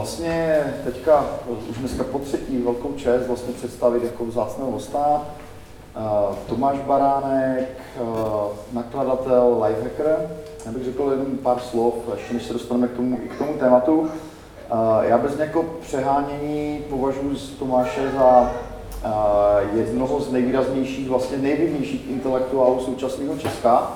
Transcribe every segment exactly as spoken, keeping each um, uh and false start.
vlastně teďka už dneska po třetí velkou čest vlastně představit jako vzácného hosta. Tomáš Baránek, nakladatel, lifehacker. Já bych řekl jenom pár slov, ještě než se dostaneme k tomu, i k tomu tématu. Já bez nějakého přehánění považuji Tomáše za jednoho z nejvýraznějších, vlastně nejvlivnějších intelektuálů současného Česka.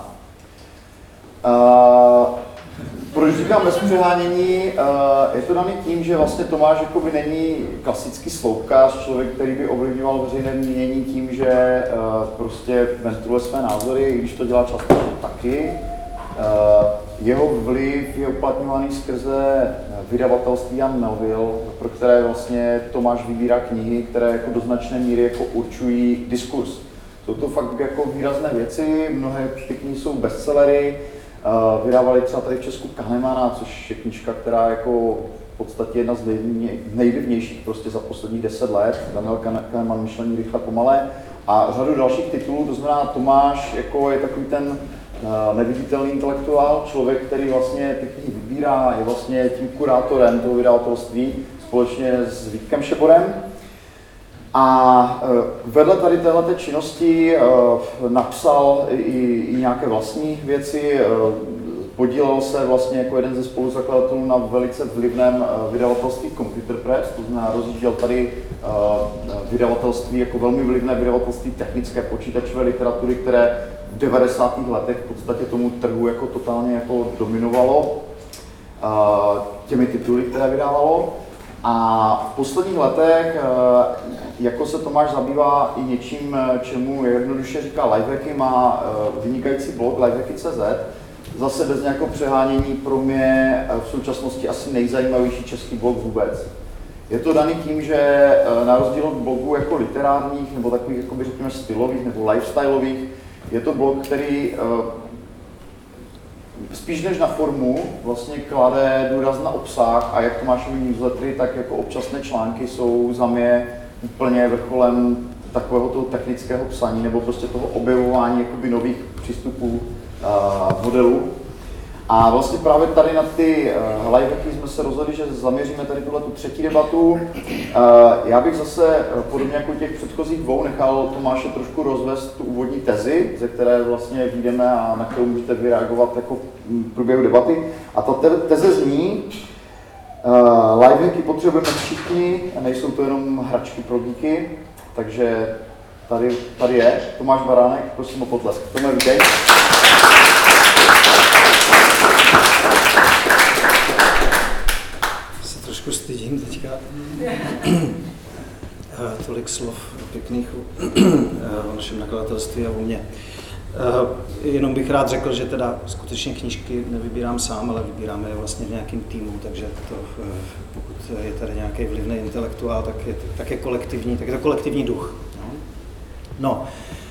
Proč říkám bez přehánění? Je to daný tím, že vlastně Tomáš jakoby není klasický sloupkář, člověk, který by ovlivňoval veřejné mínění tím, že prostě ventiluje své názory, i když to dělá často taky. Jeho vliv je uplatňovaný skrze vydavatelství Jan Melville, pro které vlastně Tomáš vybírá knihy, které jako do značné míry jako určují diskurs. Jsou to fakt jako výrazné věci, mnohé ty knihy jsou bestsellery. Vydávali třeba tady v Česku Kahnemana, což je knížka, která jako v podstatě jedna z nejvlivnějších prostě za posledních deset let. Daniel Kahneman, Myšlení rychle pomale. A řadu dalších titulů, to znamená Tomáš jako je takový ten neviditelný intelektuál, člověk, který vlastně ty knihy vybírá, je vlastně tím kurátorem toho vydavatelství společně s Vítkem Šeborem. A vedle tady téhleté činnosti napsal i, i nějaké vlastní věci, podílel se vlastně jako jeden ze spoluzakladatelů na velice vlivném vydavatelství Computer Press, to znamená rozjížděl tady vydavatelství jako velmi vlivné vydavatelství technické počítačové literatury, které v devadesátých letech v podstatě tomu trhu jako totálně jako dominovalo těmi tituly, které vydávalo. A v posledních letech, jako se Tomáš zabývá i něčím, čemu jednoduše říká lifehacky, má vynikající blog lifehacky tečka cé zet, zase bez nějakého přehánění pro mě v současnosti asi nejzajímavější český blog vůbec. Je to daný tím, že na rozdíl od blogů jako literárních nebo takových, jakoby řekněme, stylových nebo lifestyleových, je to blog, který spíš než na formu vlastně klade důraz na obsah a jak Tomášovi newslettery, tak jako občasné články jsou za mě úplně vrcholem takového toho technického psaní nebo prostě toho objevování jakoby nových přístupů uh, modelů. A vlastně právě tady na ty uh, lifehacky jsme se rozhodli, že zaměříme tady tuhle tu třetí debatu. Uh, já bych zase, podobně jako těch předchozích dvou, nechal Tomáše trošku rozvést tu úvodní tezi, ze které vlastně vyjdeme a na kterou můžete vyreagovat jako v průběhu debaty. A ta te- teze zní, uh, lifehacky potřebujeme všichni, a nejsou to jenom hračky pro geeky, takže tady, tady je Tomáš Baránek, prosím o potlesk. Tome, vítej. Trošku stydím teďka. Tolik slov pěkných o našem nakladatelství a o mně. Jenom bych rád řekl, že teda skutečně knížky nevybírám sám, ale vybíráme je vlastně v nějakém týmu, takže to, pokud je tady nějaký vlivný intelektuál, tak je, tak je kolektivní, tak je to kolektivní duch. No.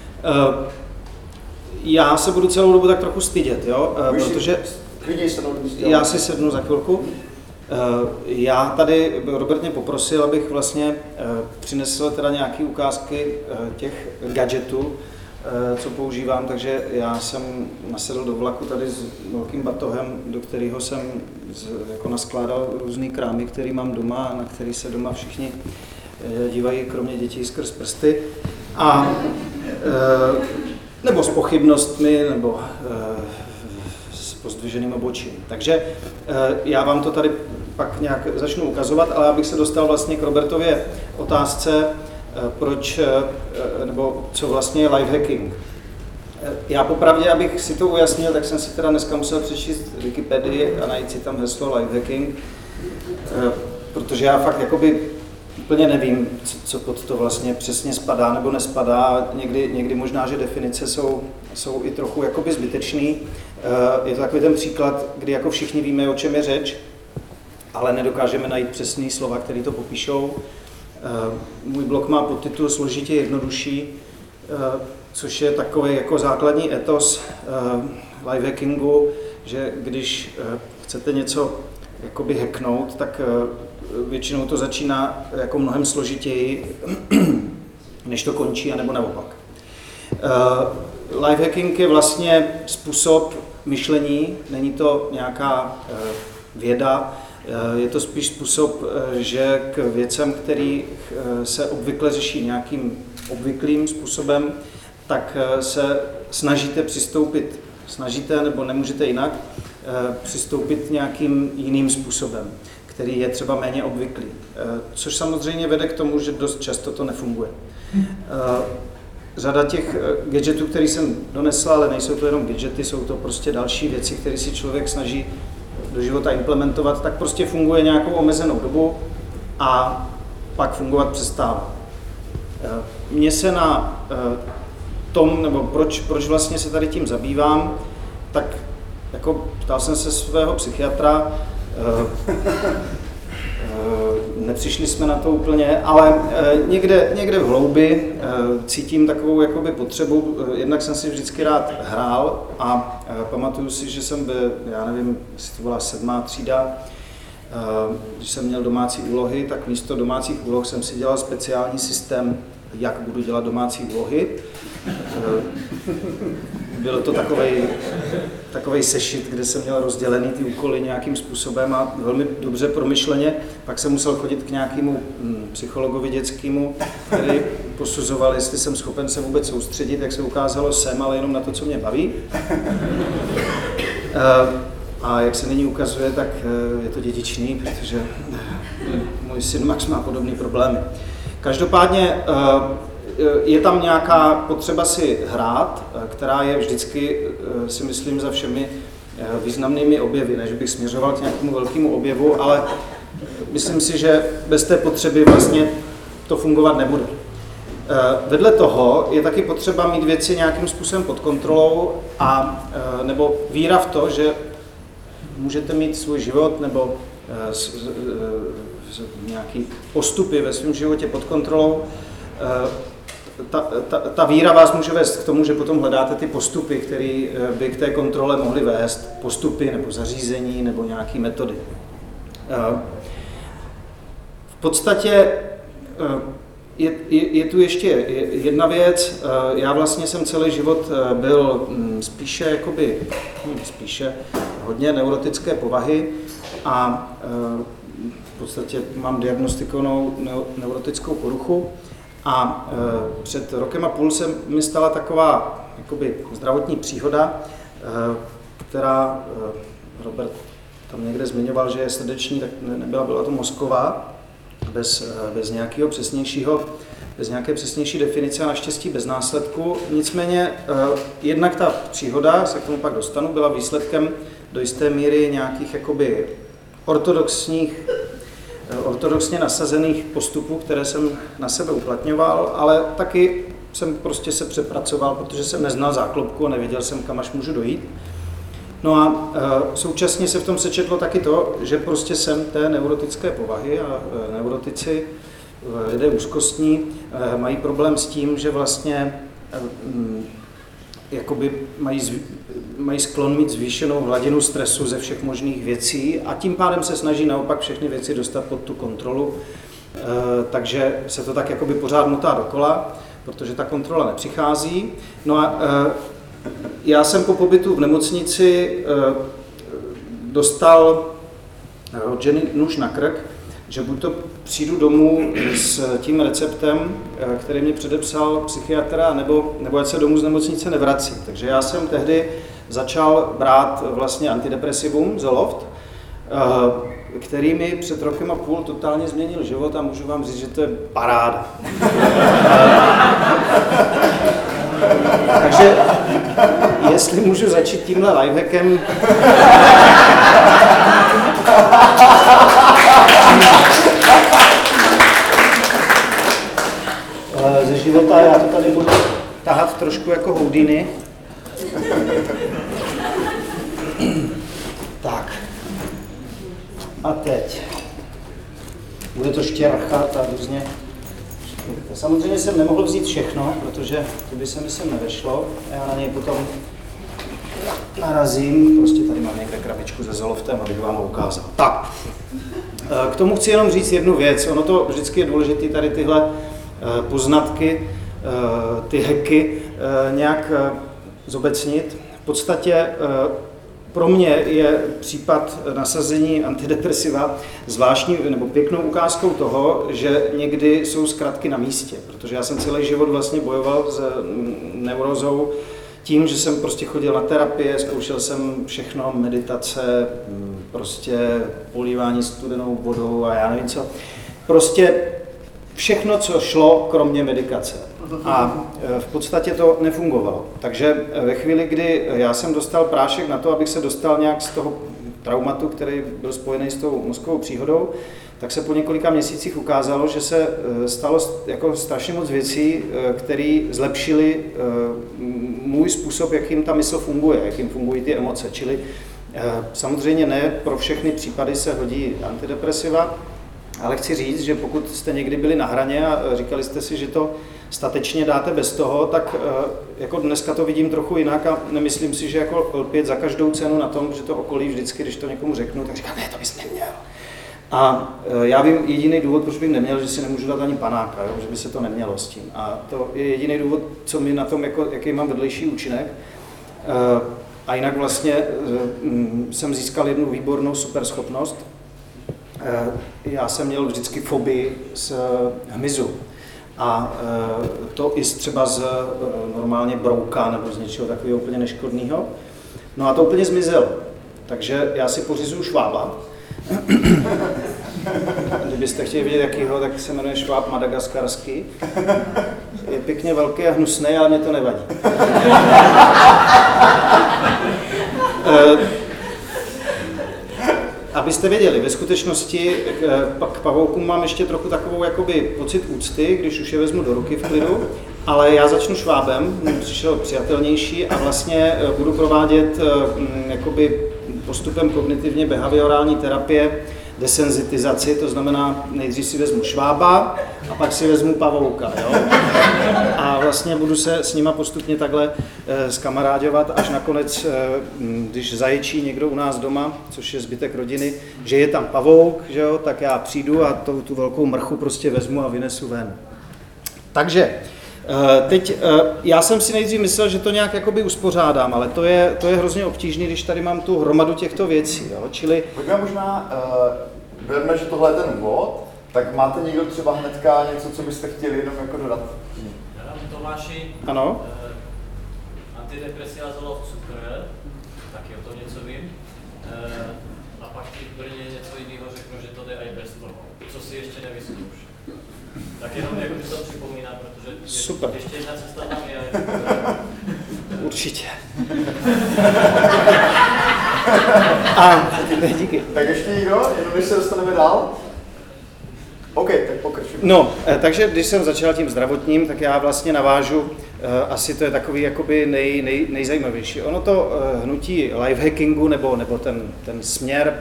Já se budu celou dobu tak trochu stydět, jo, protože já si sednu za chvilku. Já tady, Robert mě poprosil, abych vlastně přinesl teda nějaké ukázky těch gadgetů, co používám, takže já jsem nasedl do vlaku tady s velkým batohem, do kterého jsem jako naskládal různý krámy, který mám doma a na který se doma všichni dívají, kromě dětí, skrz prsty. A, nebo s pochybnostmi, nebo s pozdviženým obočím. Takže já vám to tady pak nějak začnu ukazovat, ale abych se dostal vlastně k Robertově otázce, proč, nebo co vlastně je lifehacking. Já popravdě, abych si to ujasnil, tak jsem si teda dneska musel přečíst Wikipedii a najít si tam heslo lifehacking, protože já fakt jakoby úplně nevím, co pod to vlastně přesně spadá nebo nespadá. Někdy, někdy možná, že definice jsou, jsou i trochu jakoby zbytečný. Je to takový ten příklad, kdy jako všichni víme, o čem je řeč, ale nedokážeme najít přesný slova, které to popíšou. Můj blog má podtitul Složitě jednodušší, což je takový jako základní etos lifehackingu, že když chcete něco jakoby hacknout, tak většinou to začíná jako mnohem složitěji, než to končí, anebo naopak. Lifehacking je vlastně způsob myšlení, není to nějaká věda, Je to spíš způsob, že k věcem, který se obvykle řeší nějakým obvyklým způsobem, tak se snažíte přistoupit, snažíte nebo nemůžete jinak, přistoupit nějakým jiným způsobem, který je třeba méně obvyklý. Což samozřejmě vede k tomu, že dost často to nefunguje. Řada těch gadgetů, které jsem donesl, ale nejsou to jenom gadgety, jsou to prostě další věci, které si člověk snaží do života implementovat, tak prostě funguje nějakou omezenou dobu a pak fungovat přestává. Mně se na tom, nebo proč, proč vlastně se tady tím zabývám, tak jako ptal jsem se svého psychiatra, nepřišli jsme na to úplně, ale někde, někde v hloubi cítím takovou jakoby potřebu, jednak jsem si vždycky rád hrál a pamatuju si, že jsem byl, já nevím, jestli to byla sedmá třída, když jsem měl domácí úlohy, tak místo domácích úloh jsem si dělal speciální systém, jak budu dělat domácí úlohy. Byl to takovej, takovej sešit, kde jsem měl rozdělený ty úkoly nějakým způsobem a velmi dobře promyšleně. Pak jsem musel chodit k nějakému psychologovi dětskému, který posuzoval, jestli jsem schopen se vůbec soustředit, jak se ukázalo jsem, ale jenom na to, co mě baví. A jak se nyní ukazuje, tak je to dědičný, protože můj syn Max má podobné problémy. Každopádně je tam nějaká potřeba si hrát, která je vždycky, si myslím, za všemi významnými objevy, než bych směřoval k nějakému velkému objevu, ale myslím si, že bez té potřeby vlastně to fungovat nebude. Vedle toho je taky potřeba mít věci nějakým způsobem pod kontrolou a nebo víra v to, že můžete mít svůj život nebo nějaký postupy ve svém životě pod kontrolou. Ta, ta, ta víra vás může vést k tomu, že potom hledáte ty postupy, které by k té kontrole mohly vést, postupy nebo zařízení nebo nějaké metody. V podstatě je, je, je tu ještě jedna věc. Já vlastně jsem celý život byl spíše, jakoby, spíše hodně neurotické povahy a v podstatě mám diagnostikovanou neurotickou poruchu. A e, před rokem a půl se mi stala taková jakoby zdravotní příhoda, e, která, e, Robert tam někde zmiňoval, že je srdeční, tak ne, nebyla, byla to mozková, bez, e, bez nějakého přesnějšího, bez nějaké přesnější definice a naštěstí bez následku. Nicméně e, jednak ta příhoda, se k tomu pak dostanu, byla výsledkem do jisté míry nějakých jakoby ortodoxních ortodoxně nasazených postupů, které jsem na sebe uplatňoval, ale taky jsem prostě se přepracoval, protože jsem neznal záklopku a nevěděl jsem, kam až můžu dojít. No a e, současně se v tom sečetlo taky to, že prostě jsem té neurotické povahy a e, neurotici, e, lidé úzkostní, e, mají problém s tím, že vlastně e, m, jakoby mají, zv, mají sklon mít zvýšenou hladinu stresu ze všech možných věcí a tím pádem se snaží naopak všechny věci dostat pod tu kontrolu. E, takže se to tak jakoby pořád motá dokola, protože ta kontrola nepřichází. No a e, já jsem po pobytu v nemocnici e, dostal od ženy nůž na krk, že buď to přijdu domů s tím receptem, který mě předepsal psychiatr, nebo, nebo ať se domů z nemocnice nevrací. Takže já jsem tehdy začal brát vlastně antidepresivum Zoloft, který mi před rokem a půl totálně změnil život a můžu vám říct, že to je paráda. Takže jestli můžu začít tímhle lifehackem, ze života, já to tady budu tahat trošku jako Houdini. Tak. A teď. Bude to štěrchat a různě. Samozřejmě jsem nemohl vzít všechno, protože to by se mi sem nevešlo. Já na něj potom narazím. Prostě tady mám někde krabičku se Zoloftem, abych vám ho ukázal. Tak. K tomu chci jenom říct jednu věc. Ono to vždycky je důležité tady tyhle poznatky, ty hacky nějak zobecnit. V podstatě pro mě je případ nasazení antidepresiva zvláštní nebo pěknou ukázkou toho, že někdy jsou zkratky na místě, protože já jsem celý život vlastně bojoval s neurózou tím, že jsem prostě chodil na terapie, zkoušel jsem všechno, meditace, prostě polívání studenou vodou a já nevím co. Prostě všechno, co šlo, kromě medikace. A v podstatě to nefungovalo. Takže ve chvíli, kdy já jsem dostal prášek na to, abych se dostal nějak z toho traumatu, který byl spojený s tou mozkovou příhodou, tak se po několika měsících ukázalo, že se stalo jako strašně moc věcí, které zlepšily můj způsob, jakým ta mysl funguje, jakým fungují ty emoce. Čili samozřejmě ne pro všechny případy se hodí antidepresiva, ale chci říct, že pokud jste někdy byli na hraně a říkali jste si, že to statečně dáte bez toho, tak jako dneska to vidím trochu jinak a nemyslím si, že jako lpět za každou cenu na tom, že to okolí vždycky, když to někomu řeknu, tak říkám, ne, to bys neměl. A já vím jediný důvod, proč bych neměl, že si nemůžu dát ani panáka, jo? Že by se to nemělo s tím. A to je jediný důvod, co mi na tom, jako, jaký mám vedlejší účinek. A jinak vlastně jsem získal jednu výbornou superschopnost. Já jsem měl vždycky fobii z hmyzu. A to i třeba z normálně brouka nebo z něčeho takového úplně neškodného. No a to úplně zmizelo. Takže já si pořizuju švába. Kdybyste chtěli vědět, jakýho, tak se jmenuje šváb madagaskarský. Je pěkně velký a hnusný, ale mě to nevadí. Abyste věděli, ve skutečnosti k pavoukům mám ještě trochu takovou jakoby pocit úcty, když už je vezmu do ruky v klidu, ale já začnu švábem, přišel přijatelnější a vlastně budu provádět jakoby postupem kognitivně behaviorální terapie desenzitizaci, to znamená nejdřív si vezmu švába a pak si vezmu pavouka, jo? A vlastně budu se s nima postupně takhle e, zkamaráďovat, až nakonec, e, když zaječí někdo u nás doma, což je zbytek rodiny, že je tam pavouk, že jo? Tak já přijdu a tu, tu velkou mrchu prostě vezmu a vynesu ven. Takže teď já jsem si nejdřív myslel, že to nějak jakoby uspořádám, ale to je, to je hrozně obtížné, když tady mám tu hromadu těchto věcí, jo? Čili... Pojďme možná, uh, berme, že tohle je ten úvod, tak máte někdo třeba hnedka něco, co byste chtěli jenom jako dodat? Já dám Tomáši, ano? Uh, antidepresiva zolov cukr, taky o tom něco vím. Uh, a pak ti v Brně něco jiného řeknu, že to jde i bez toho, co si ještě nevyzkouš. Tak jenom jako by to připomíná, protože je, super. Ještě jedna cesta tam je. Určitě. A díky. Tak ještě někdo, jenom když se dostaneme dál? OK, tak pokračujeme. No, takže když jsem začal tím zdravotním, tak já vlastně navážu, asi to je takový jakoby nej, nej, nejzajímavější. Ono to hnutí lifehackingu, nebo, nebo ten, ten směr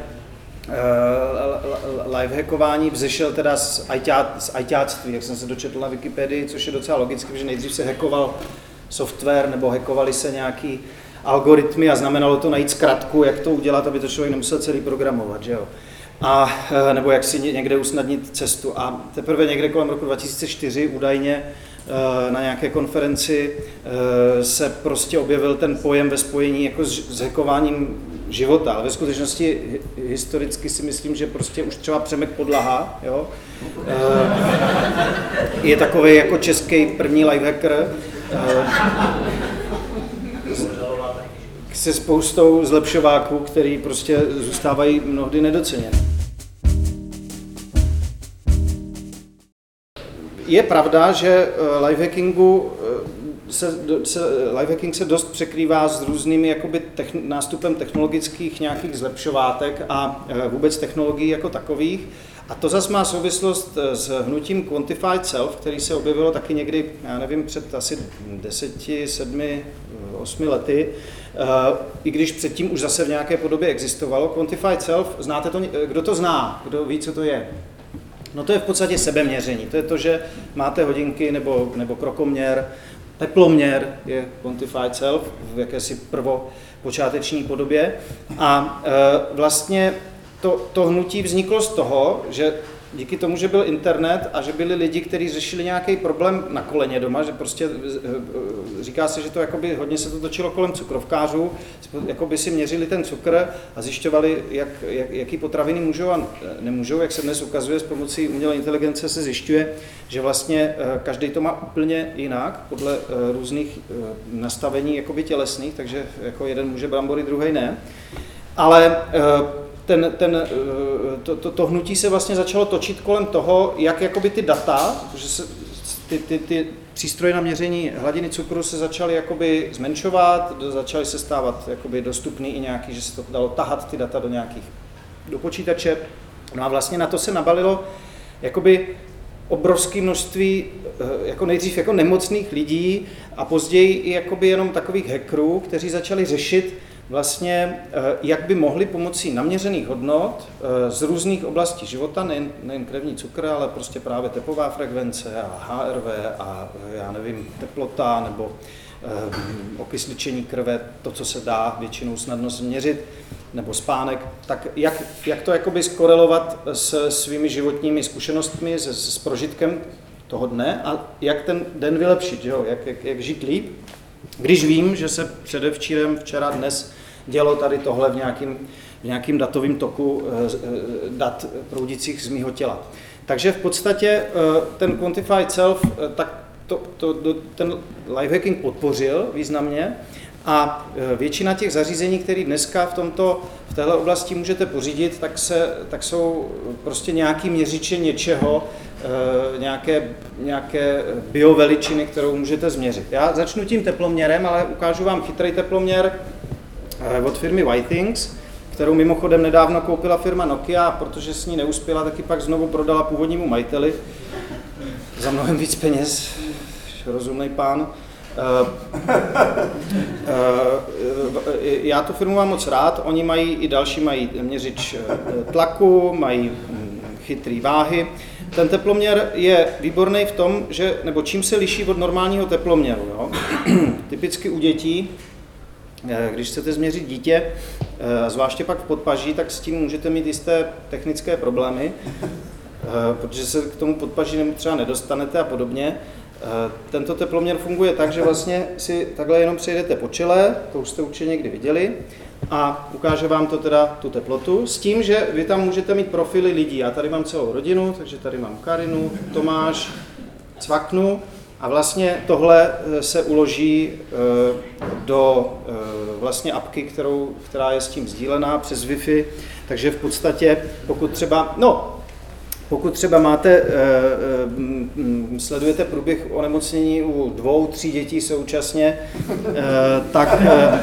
lifehackování vzešel teda z ajťáctví, jak jsem se dočetl na Wikipedii, což je docela logické, že nejdřív se hackoval software nebo hackovali se nějaký algoritmy a znamenalo to najít zkratku, jak to udělat, aby to člověk nemusel celý programovat, že jo. A, nebo jak si někde usnadnit cestu. A teprve někde kolem roku dva tisíce čtyři údajně na nějaké konferenci se prostě objevil ten pojem ve spojení jako s hackováním života, ale ve skutečnosti historicky si myslím, že prostě už třeba Přemek Podlaha, jo, je takový jako český první lifehacker se spoustou zlepšováků, který prostě zůstávají mnohdy nedoceněny. Je pravda, že lifehackingu se, se, lifehacking se dost překrývá s různými jakoby techn, nástupem technologických nějakých zlepšovátek a vůbec technologií jako takových. A to zase má souvislost s hnutím Quantified Self, který se objevilo taky někdy, já nevím, před asi deseti, sedmi, osmi lety, i když předtím už zase v nějaké podobě existovalo. Quantified Self, znáte to, kdo to zná, kdo ví, co to je? No to je v podstatě sebeměření. To je to, že máte hodinky nebo, nebo krokoměr, teploměr je Quantified Self v jakési prvopočáteční podobě. A e, vlastně to, to hnutí vzniklo z toho, že díky tomu, že byl internet a že byli lidi, kteří řešili nějaký problém na koleně doma, že prostě říká se, že to jakoby hodně se to točilo kolem cukrovkářů, jakoby si měřili ten cukr a zjišťovali, jak, jak, jaký potraviny můžou a nemůžou, jak se dnes ukazuje, s pomocí umělé inteligence se zjišťuje, že vlastně každý to má úplně jinak, podle různých nastavení jakoby tělesných, takže jako jeden může brambory, druhý ne. Ale ten, ten, to, to, to hnutí se vlastně začalo točit kolem toho, jak jakoby ty data, protože se, ty, ty, ty přístroje na měření hladiny cukru se začaly jakoby zmenšovat, začaly se stávat jakoby dostupný i nějaký, že se to dalo tahat ty data do nějakých, do počítače. No a vlastně na to se nabalilo jakoby obrovské množství, jako nejdřív jako nemocných lidí a později i jakoby jenom takových hackerů, kteří začali řešit vlastně, jak by mohli pomocí naměřených hodnot z různých oblastí života, nejen, nejen krevní cukr, ale prostě právě tepová frekvence a H R V a já nevím, teplota nebo okysličení krve, to, co se dá většinou snadno změřit, nebo spánek, tak jak, jak to jakoby skorelovat s svými životními zkušenostmi, s, s prožitkem toho dne a jak ten den vylepšit, jo? Jak, jak, jak žít líp, když vím, že se předevčírem, včera, dnes dělo tady tohle v nějakým, v nějakým datovém toku dat proudících z mýho těla. Takže v podstatě ten Quantified Self, tak to, to, ten lifehacking podpořil významně a většina těch zařízení, které dneska v, tomto, v téhle oblasti můžete pořídit, tak, se, tak jsou prostě nějaký měřiče něčeho, nějaké, nějaké bioveličiny, kterou můžete změřit. Já začnu tím teploměrem, ale ukážu vám chytrý teploměr od firmy Whitethings, kterou mimochodem nedávno koupila firma Nokia, protože s ní neuspěla, taky pak znovu prodala původnímu majiteli za mnohem víc peněz, rozumný pán. Já tu firmu mám moc rád, oni mají i další, mají měřič tlaku, mají chytrý váhy. Ten teploměr je výborný v tom, že, nebo čím se liší od normálního teploměru. Jo? Typicky u dětí, když chcete změřit dítě, zvláště pak v podpaží, tak s tím můžete mít jisté technické problémy, protože se k tomu podpaží třeba nedostanete a podobně. Tento teploměr funguje tak, že vlastně si takhle jenom přejdete po čele, to už jste určitě někdy viděli, a ukáže vám to teda tu teplotu, s tím, že vy tam můžete mít profily lidí. Já tady mám celou rodinu, takže tady mám Karinu, Tomáš, cvaknu a vlastně tohle se uloží do vlastně apky, kterou, která je s tím sdílená přes Wi-Fi, takže v podstatě pokud třeba, no, Pokud třeba máte, sledujete průběh onemocnění u dvou, tří dětí současně, tak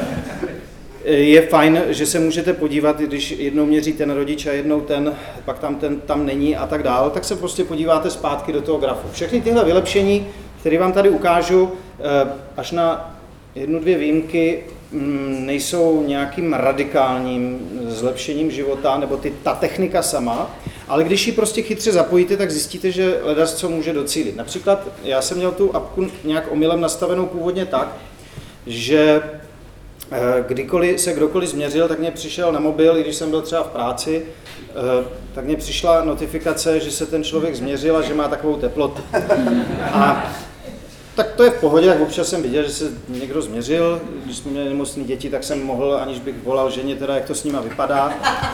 je fajn, že se můžete podívat, když jednou měří ten rodič a jednou ten, pak tam ten tam není a tak dál, tak se prostě podíváte zpátky do toho grafu. Všechny tyhle vylepšení, které vám tady ukážu, až na jednu, dvě výjimky, nejsou nějakým radikálním zlepšením života, nebo ty, ta technika sama, ale když ji prostě chytře zapojíte, tak zjistíte, že ledas co může docílit. Například já jsem měl tu apku nějak omylem nastavenou původně tak, že kdykoliv se kdokoliv změřil, tak mě přišel na mobil, i když jsem byl třeba v práci, tak mě přišla notifikace, že se ten člověk změřil a že má takovou teplotu. A tak to je v pohodě, tak občas jsem viděl, že se někdo změřil, když jsme měli nemocné děti, tak jsem mohl, aniž bych volal ženě, teda jak to s nima vypadá,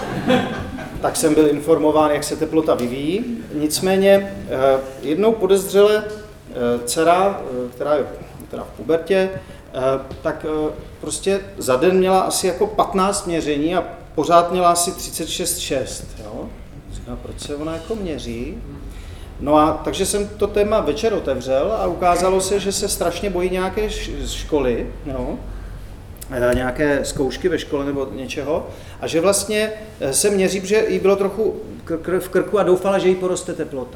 tak jsem byl informován, jak se teplota vyvíjí. Nicméně jednou podezřele dcera, která je teda v pubertě, tak prostě za den měla asi jako patnáct měření a pořád měla asi třicet šest šest. Jo? Říkám, proč se ona jako měří? No a takže jsem to téma večer otevřel a ukázalo se, že se strašně bojí nějaké školy, jo? Nějaké zkoušky ve škole nebo něčeho, a že vlastně se měří, že jí bylo trochu v krku a doufala, že jí poroste teplota.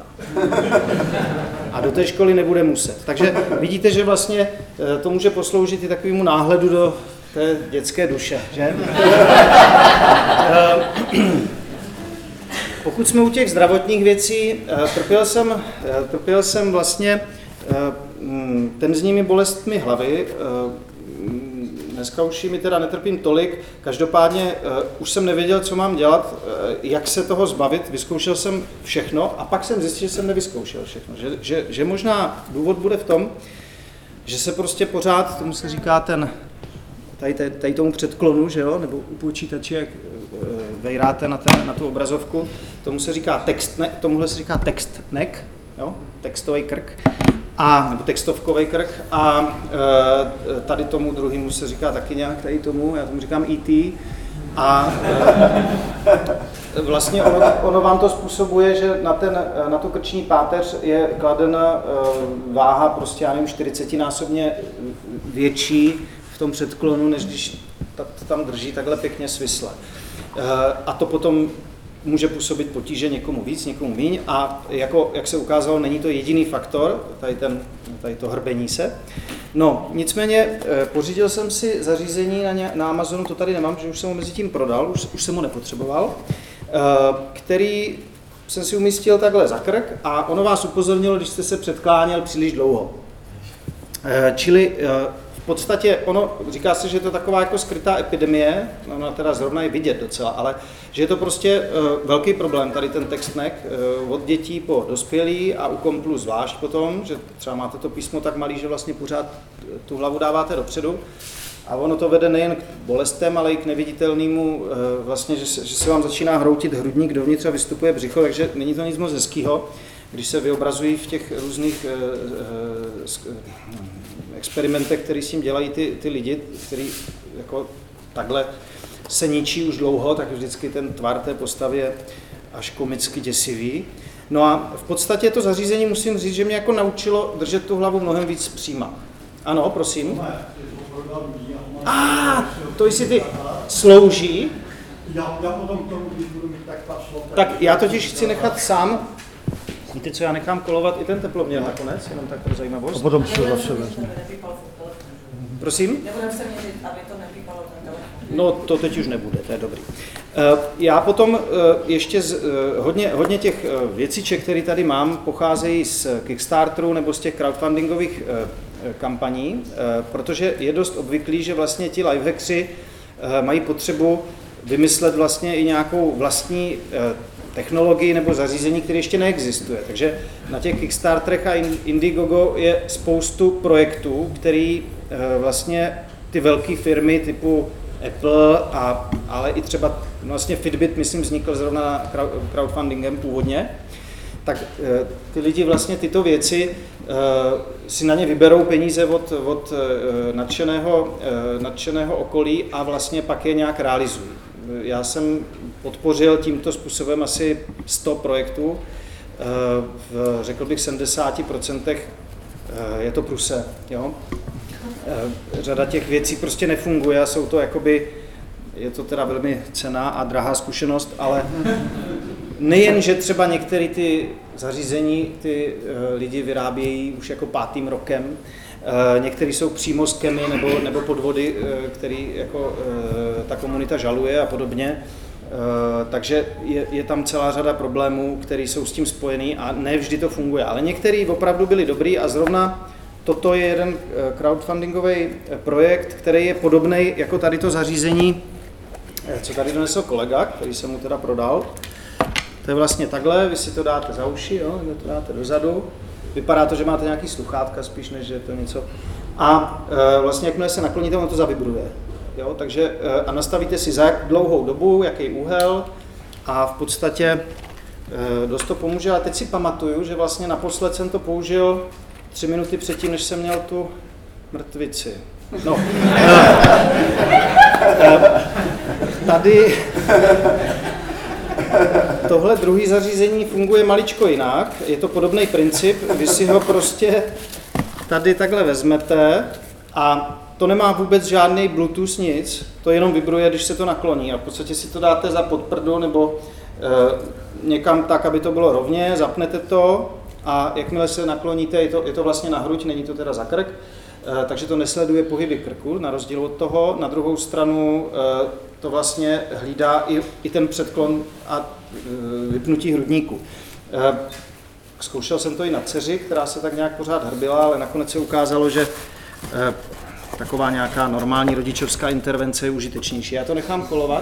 A do té školy nebude muset. Takže vidíte, že vlastně to může posloužit i takovému náhledu do té dětské duše, že? Pokud jsme u těch zdravotních věcí, trpěl jsem, trpěl jsem vlastně tenzními bolestmi hlavy, Dneska už mi teda netrpím tolik, každopádně uh, už jsem nevěděl, co mám dělat, uh, jak se toho zbavit, vyzkoušel jsem všechno a pak jsem zjistil, že jsem nevyzkoušel všechno, že, že, že možná důvod bude v tom, že se prostě pořád, tomu se říká ten, tady, tady, tady tomu předklonu, že jo, nebo u počítače, jak uh, vejráte na, ten, na tu obrazovku, tomu se říká text, ne, tomuhle se říká text neck, jo, textový krk. A, nebo textovkový krk a e, tady tomu druhému se říká taky nějak, tady tomu, já tomu říkám E T a e, vlastně ono, ono vám to způsobuje, že na, ten, na tu krční páteř je kladena e, váha prostě, já nevím, čtyřicetinásobně větší v tom předklonu, než když ta, tam drží takhle pěkně svisle. E, a to potom může působit potíže někomu víc, někomu míň a jako, jak se ukázalo, není to jediný faktor, tady, ten, tady to hrbení se. No, nicméně pořídil jsem si zařízení na, ně, na Amazonu, to tady nemám, protože už jsem ho mezi tím prodal, už, už jsem ho nepotřeboval, který jsem si umístil takhle za krk a ono vás upozornilo, když jste se předkláněl příliš dlouho. Čili v podstatě ono, říká se, že je to taková jako skrytá epidemie, ona teda zrovna je vidět docela, ale že je to prostě uh, velký problém, tady ten text neck, uh, od dětí po dospělí a u komplu zvlášť potom, že třeba máte to písmo tak malý, že vlastně pořád tu hlavu dáváte dopředu a ono to vede nejen k bolestem, ale i k neviditelnému, uh, vlastně, že se, že se vám začíná hroutit hrudník, dovnitř a vystupuje břicho, takže není to nic moc hezkýho, když se vyobrazují v těch různých uh, uh, experimentech, které s tím dělají ty, ty lidi, kteří jako takhle se ničí už dlouho, tak vždycky ten tvar té postavy je až komicky děsivý. No a v podstatě to zařízení musím říct, že mě jako naučilo držet tu hlavu mnohem víc příma. Ano, prosím. A ah, to jestli ty slouží. Já, já potom tomu, když budu mít tak pašlo. Tak já totiž chci nechat sám. Víte co, já nechám kolovat i ten teploměr nakonec, jenom tak pro zajímavost. A potom se zase vezme. Prosím? Nebudeme se měřit, aby to nepípalo ten telefon. No to teď už nebude, to je dobrý. Já potom ještě z, hodně, hodně těch věciček, které tady mám, pocházejí z Kickstarteru nebo z těch crowdfundingových kampaní, protože je dost obvyklý, že vlastně ti lifehackři mají potřebu vymyslet vlastně i nějakou vlastní technologii nebo zařízení, které ještě neexistuje. Takže na těch Kickstarterech a Indiegogo je spoustu projektů, který vlastně ty velké firmy typu Apple, a, ale i třeba vlastně Fitbit, myslím, vznikl zrovna crowdfundingem původně, tak ty lidi vlastně tyto věci si na ně vyberou peníze od, od nadšeného, nadšeného okolí a vlastně pak je nějak realizují. Já jsem podpořil tímto způsobem asi sto projektů, v, řekl bych, sedmdesáti procentech je to průser, jo. Řada těch věcí prostě nefunguje a jsou to jakoby, je to teda velmi cenná a drahá zkušenost, ale nejen, že třeba některé ty zařízení ty lidi vyrábějí už jako pátým rokem, některý jsou přímo z Kemy nebo, nebo podvody, který jako ta komunita žaluje a podobně. Takže je, je tam celá řada problémů, které jsou s tím spojený a ne vždy to funguje. Ale některý opravdu byli dobrý a zrovna toto je jeden crowdfundingový projekt, který je podobný jako tady to zařízení, co tady donesl kolega, který jsem mu teda prodal. To je vlastně takhle, vy si to dáte za uši, jo, vy to dáte dozadu. Vypadá to, že máte nějaký sluchátka spíš, než že je to něco. A e, vlastně jakmile se nakloníte, ono to zavibruje. Jo, takže e, a nastavíte si za jak dlouhou dobu, jaký úhel a v podstatě e, dost to pomůže. A teď si pamatuju, že vlastně naposled jsem to použil tři minuty předtím, než jsem měl tu mrtvici. No. e, tady tohle druhý zařízení funguje maličko jinak, je to podobný princip, vy si ho prostě tady takhle vezmete a to nemá vůbec žádný Bluetooth, nic, to jenom vibruje, když se to nakloní a v podstatě si to dáte za podprdu nebo e, někam tak, aby to bylo rovně, zapnete to a jakmile se nakloníte, je to, je to vlastně na hruď, není to teda za krk, e, takže to nesleduje pohyby krku, na rozdíl od toho, na druhou stranu e, to vlastně hlídá i, i ten předklon a e, vypnutí hrudníku. E, zkoušel jsem to i na dceři, která se tak nějak pořád hrbila, ale nakonec se ukázalo, že e, taková nějaká normální rodičovská intervence je užitečnější. Já to nechám kolovat.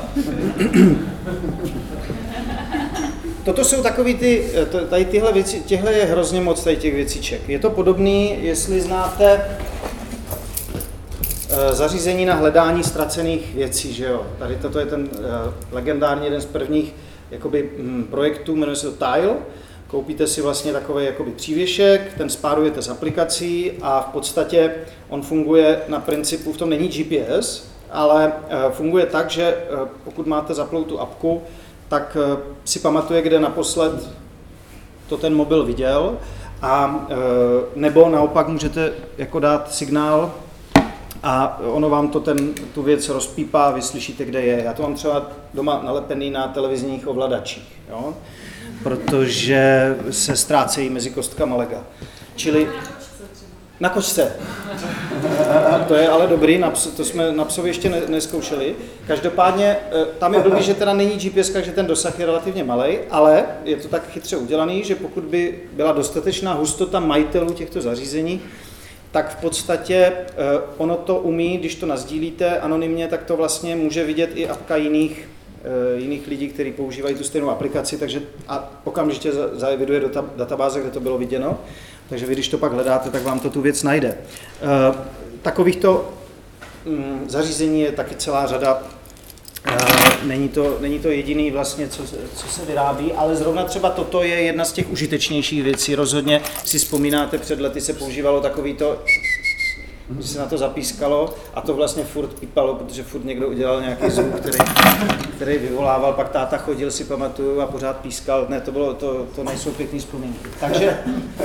Toto jsou takový ty, tady tyhle věci, těhle je hrozně moc tady těch věciček. Je to podobný, jestli znáte zařízení na hledání ztracených věcí, že jo. Tady toto je ten legendární jeden z prvních jakoby, projektů, jmenuje se to Tile. Koupíte si vlastně takový jakoby přívěšek, ten spárujete s aplikací a v podstatě on funguje na principu, v tom není G P S, ale funguje tak, že pokud máte zaplou tu apku, tak si pamatuje, kde naposled to ten mobil viděl a nebo naopak můžete jako dát signál a ono vám to ten, tu věc rozpípá, vy slyšíte, kde je. Já to mám třeba doma nalepený na televizních ovladačích, jo? Protože se ztrácejí mezi kostkama lega. Čili na kočce. To je ale dobrý, to jsme na psovi ještě nezkoušeli. Každopádně tam je blbý, že teda není G P S, že ten dosah je relativně malej, ale je to tak chytře udělaný, že pokud by byla dostatečná hustota majitelů těchto zařízení, tak v podstatě ono to umí, když to nasdílíte anonymně, tak to vlastně může vidět i apka jiných, jiných lidí, kteří používají tu stejnou aplikaci, takže a okamžitě zaeviduje do databáze, kde to bylo viděno. Takže vy, když to pak hledáte, tak vám to tu věc najde. Takovýchto zařízení je taky celá řada. Není to, není to jediný vlastně, co, co se vyrábí, ale zrovna třeba toto je jedna z těch užitečnějších věcí. Rozhodně si vzpomínáte, před lety se používalo takový to, že se na to zapískalo a to vlastně furt pípalo, protože furt někdo udělal nějaký zvuk, který, který vyvolával, pak táta chodil, si pamatuju, a pořád pískal. Ne, to bylo, to, to nejsou pěkný vzpomínky. Takže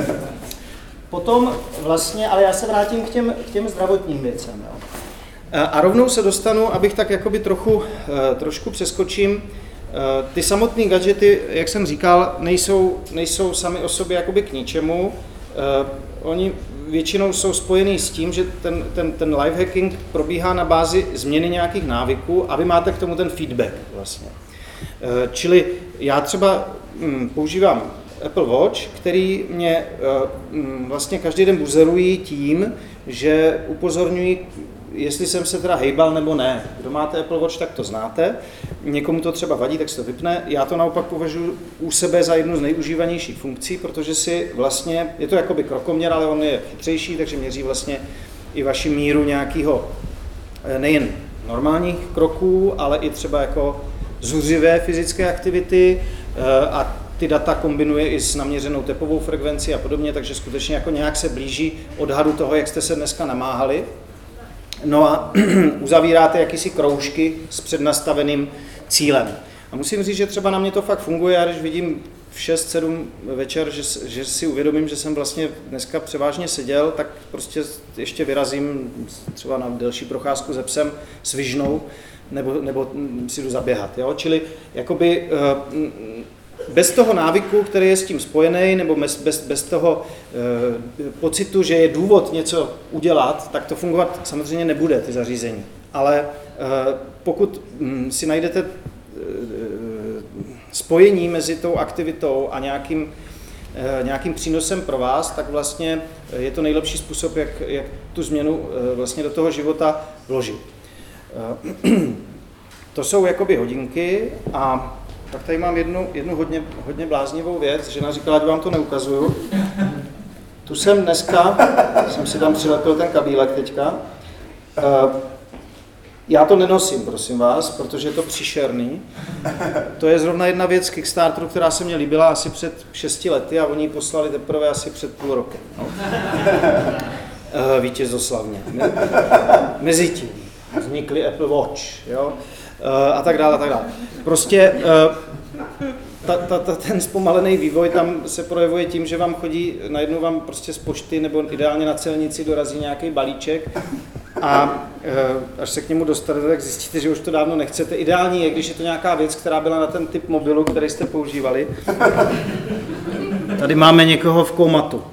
potom vlastně, ale já se vrátím k těm, k těm zdravotním věcem. Jo. A rovnou se dostanu, abych tak jakoby trochu, trošku přeskočím. Ty samotné gadgety, jak jsem říkal, nejsou, nejsou sami o sobě jakoby k ničemu. Oni většinou jsou spojený s tím, že ten, ten, ten lifehacking probíhá na bázi změny nějakých návyků a vy máte k tomu ten feedback vlastně. Čili já třeba používám Apple Watch, který mě vlastně každý den buzerují tím, že upozorňují, jestli jsem se teda hejbal nebo ne. Kdo máte Apple Watch, tak to znáte. Někomu to třeba vadí, tak se to vypne. Já to naopak považuji u sebe za jednu z nejužívanějších funkcí, protože si vlastně, je to jakoby krokoměr, ale on je chytřejší, takže měří vlastně i vaši míru nějakého nejen normálních kroků, ale i třeba jako zuřivé fyzické aktivity a ty data kombinuje i s naměřenou tepovou frekvencí a podobně, takže skutečně jako nějak se blíží odhadu toho, jak jste se dneska namáhali. No a uzavíráte jakýsi kroužky s přednastaveným cílem. A musím říct, že třeba na mě to fakt funguje, a když vidím v šest sedm večer, že, že si uvědomím, že jsem vlastně dneska převážně seděl, tak prostě ještě vyrazím třeba na delší procházku se psem s vižnou, nebo, nebo si jdu zaběhat. Jo? Čili jakoby bez toho návyku, který je s tím spojený, nebo bez, bez, bez toho e, pocitu, že je důvod něco udělat, tak to fungovat samozřejmě nebude, ty zařízení. Ale e, pokud m, si najdete e, spojení mezi tou aktivitou a nějakým, e, nějakým přínosem pro vás, tak vlastně je to nejlepší způsob, jak, jak tu změnu e, vlastně do toho života vložit. E, to jsou jakoby hodinky a tak tady mám jednu, jednu hodně, hodně bláznivou věc. Žena říkala, že vám to neukazuju. Tu jsem dneska, jsem si tam přilepil ten kabílek teďka. Já to nenosím, prosím vás, protože je to příšerný. To je zrovna jedna věc z Kickstarteru, která se mně líbila asi před šesti lety a oni ji poslali teprve asi před půl rokem. No. Vítězoslavně. Mezitím vznikly Apple Watch, jo? A tak dále, a tak dále. Prostě ta, ta, ta, ten zpomalený vývoj tam se projevuje tím, že vám chodí, najednou vám prostě z pošty nebo ideálně na celnici dorazí nějaký balíček a až se k němu dostanete, tak zjistíte, že už to dávno nechcete. Ideální je, když je to nějaká věc, která byla na ten typ mobilu, který jste používali. Tady máme někoho v komatu.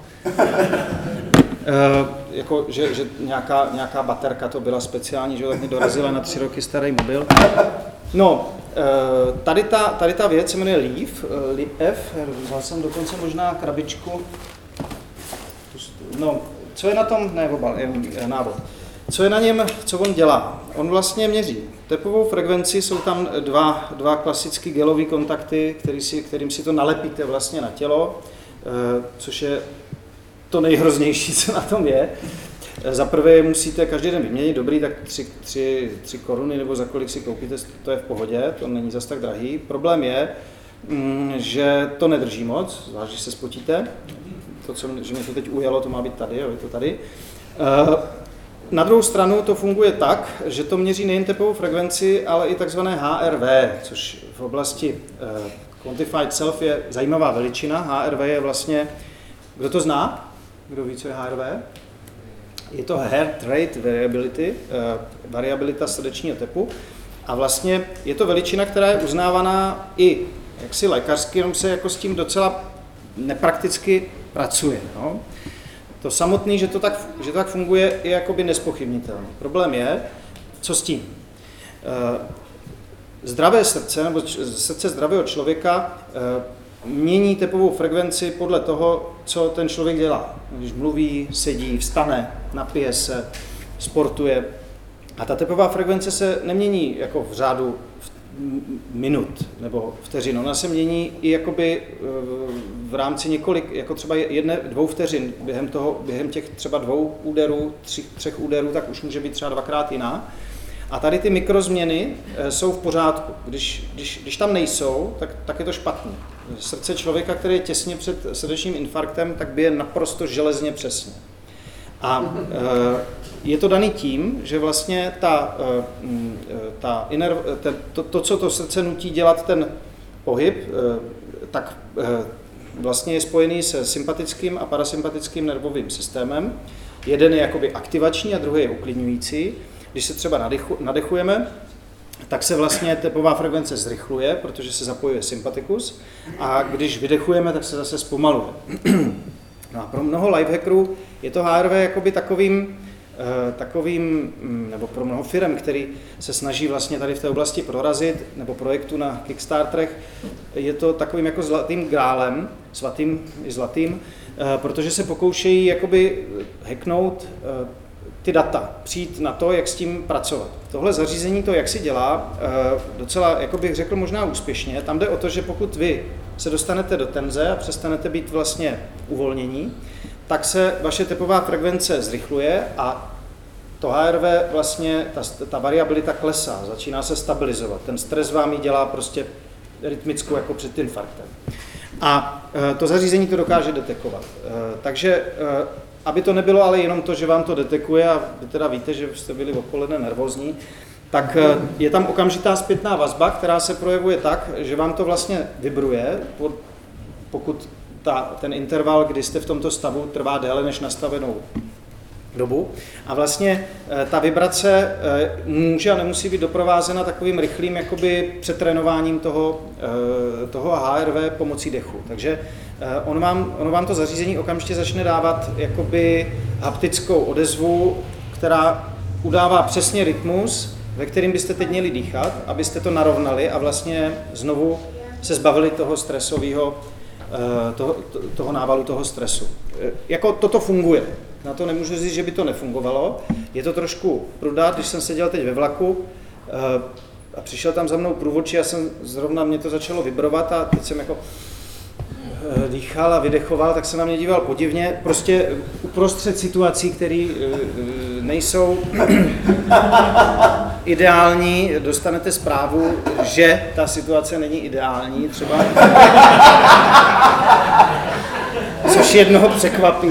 Jako, že, že nějaká, nějaká baterka to byla speciální, že tak mi dorazila na tři roky starý mobil. No, tady ta, tady ta věc se jmenuje Leaf, Leaf, vzal jsem dokonce možná krabičku. No, co je na tom? Ne, obal, je návod. Co je na něm, co on dělá? On vlastně měří tepovou frekvenci, jsou tam dva, dva klasické gelové kontakty, který si, kterým si to nalepíte vlastně na tělo, což je to nejhroznější, co na tom je. Za prvé musíte každý den vyměnit, dobrý, tak tři, tři, tři koruny nebo za kolik si koupíte, to je v pohodě, to není zas tak drahý. Problém je, že to nedrží moc, zvlášť, když se spotíte. To, co že mě to teď ujelo, to má být tady, jo, je to tady. Na druhou stranu to funguje tak, že to měří nejen tepovou frekvenci, ale i takzvané H R V, což v oblasti Quantified Self je zajímavá veličina. H R V je vlastně, kdo to zná? Kdo ví, co je H R V? Je to heart rate variability, variabilita srdečního tepu. A vlastně je to veličina, která je uznávaná i jaksi lékařsky, jenom se jako s tím docela neprakticky pracuje. No. To samotné, že to tak, že to tak funguje, je jakoby nespochybnitelné. Problém je, co s tím. Zdravé srdce, nebo srdce zdravého člověka mění tepovou frekvenci podle toho, co ten člověk dělá. Když mluví, sedí, vstane, napije se, sportuje. A ta tepová frekvence se nemění jako v řádu minut nebo vteřin. Ona se mění i jakoby v rámci několik, jako třeba jedné, dvou vteřin. Během, toho, během těch třeba dvou úderů, tři, třech úderů, tak už může být třeba dvakrát jiná. A tady ty mikrozměny jsou v pořádku. Když, když, když tam nejsou, tak, tak je to špatně. Srdce člověka, který je těsně před srdečním infarktem, tak bije naprosto železně přesně. A je to daný tím, že vlastně ta, ta iner, to, to, co to srdce nutí dělat ten pohyb, tak vlastně je spojený se sympatickým a parasympatickým nervovým systémem. Jeden je jakoby aktivační a druhý je uklidňující. Když se třeba nadechu, nadechujeme, tak se vlastně tepová frekvence zrychluje, protože se zapojuje sympatikus, a když vydechujeme, tak se zase zpomaluje. No a pro mnoho lifehackerů je to H R V jakoby takovým, takovým, nebo pro mnoho firm, který se snaží vlastně tady v té oblasti prorazit, nebo projektu na Kickstarterech, je to takovým jako zlatým grálem, svatým i zlatým, protože se pokoušejí jakoby hacknout ty data, přijít na to, jak s tím pracovat. Tohle zařízení to, jak si dělá, docela, jako bych řekl, možná úspěšně. Tam jde o to, že pokud vy se dostanete do tenze a přestanete být vlastně uvolnění, tak se vaše tepová frekvence zrychluje a to H R V vlastně, ta, ta variabilita klesá, začíná se stabilizovat. Ten stres vám ji dělá prostě rytmickou jako před infarktem. A to zařízení to dokáže detekovat. Takže aby to nebylo ale jenom to, že vám to detekuje a vy teda víte, že jste byli odpoledne nervózní, tak je tam okamžitá zpětná vazba, která se projevuje tak, že vám to vlastně vibruje, pokud ta, ten interval, kdy jste v tomto stavu, trvá déle než nastavenou dobu. A vlastně ta vibrace může a nemusí být doprovázena takovým rychlým jakoby přetrénováním toho, toho H R V pomocí dechu. Takže on vám, on vám to zařízení okamžitě začne dávat jakoby haptickou odezvu, která udává přesně rytmus, ve kterým byste teď měli dýchat, abyste to narovnali a vlastně znovu se zbavili toho stresového, toho, toho návalu toho stresu. Jako toto funguje. Na to nemůžu říct, že by to nefungovalo. Je to trošku prudá, když jsem seděl teď ve vlaku a přišel tam za mnou průvodčí a jsem zrovna mě to začalo vibrovat a teď jsem jako dýchal a vydechoval, tak se na mě díval podivně. Prostě uprostřed situací, které nejsou ideální, dostanete zprávu, že ta situace není ideální, třeba což jednoho překvapí.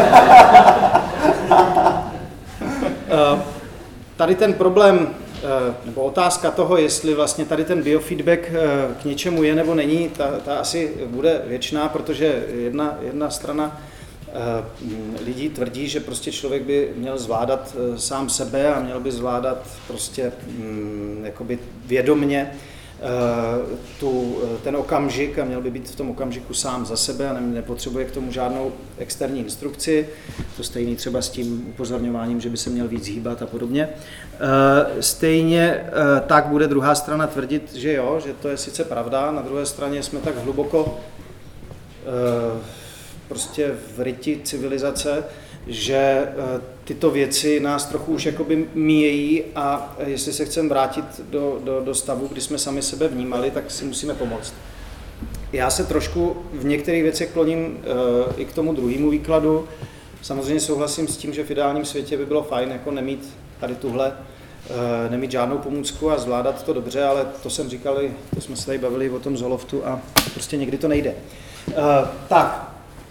Tady ten problém, nebo otázka toho, jestli vlastně tady ten biofeedback k něčemu je nebo není, ta, ta asi bude věčná, protože jedna, jedna strana lidí tvrdí, že prostě člověk by měl zvládat sám sebe a měl by zvládat prostě jakoby vědomně tu, ten okamžik a měl by být v tom okamžiku sám za sebe a nepotřebuje k tomu žádnou externí instrukci. To stejný třeba s tím upozorňováním, že by se měl víc hýbat a podobně. Stejně tak bude druhá strana tvrdit, že jo, že to je sice pravda, na druhé straně jsme tak hluboko prostě v ryti civilizace, že tyto věci nás trochu už jakoby míjejí a jestli se chceme vrátit do, do, do stavu, kdy jsme sami sebe vnímali, tak si musíme pomoct. Já se trošku v některých věcech kloním uh, i k tomu druhému výkladu. Samozřejmě souhlasím s tím, že v ideálním světě by bylo fajn jako nemít tady tuhle, uh, nemít žádnou pomůcku a zvládat to dobře, ale to jsem říkal, to jsme se tady bavili o tom Zoloftu a prostě někdy to nejde. Uh, tak.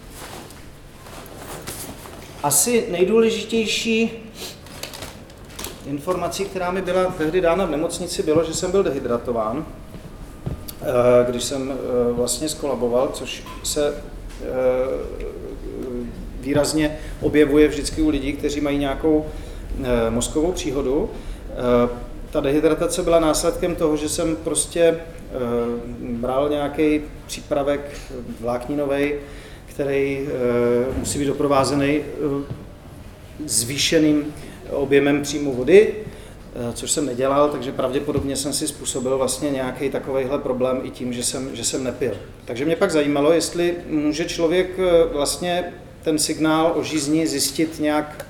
Asi nejdůležitější informací, která mi byla tehdy dána v nemocnici, bylo, že jsem byl dehydratován, když jsem vlastně skolaboval, což se výrazně objevuje vždycky u lidí, kteří mají nějakou mozkovou příhodu. Ta dehydratace byla následkem toho, že jsem prostě bral nějaký přípravek vlákninový, který musí být doprovázený zvýšeným objemem příjmu vody, což jsem nedělal, takže pravděpodobně jsem si způsobil vlastně nějaký takovejhle problém i tím, že jsem, že jsem nepil. Takže mě pak zajímalo, jestli může člověk vlastně ten signál o žízni zjistit nějak,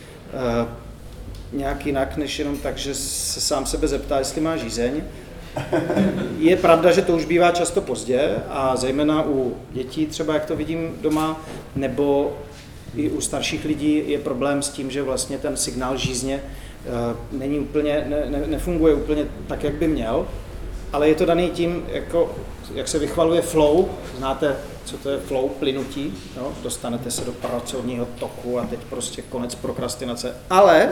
nějak jinak, než jenom tak, že se sám sebe zeptá, jestli má žízeň. Je pravda, že to už bývá často pozdě a zejména u dětí, třeba jak to vidím doma, nebo i u starších lidí je problém s tím, že vlastně ten signál žízně není úplně, ne, ne, nefunguje úplně tak, jak by měl, ale je to daný tím, jako, jak se vychvaluje flow, znáte, co to je flow, plynutí, jo? Dostanete se do pracovního toku a teď prostě konec prokrastinace, ale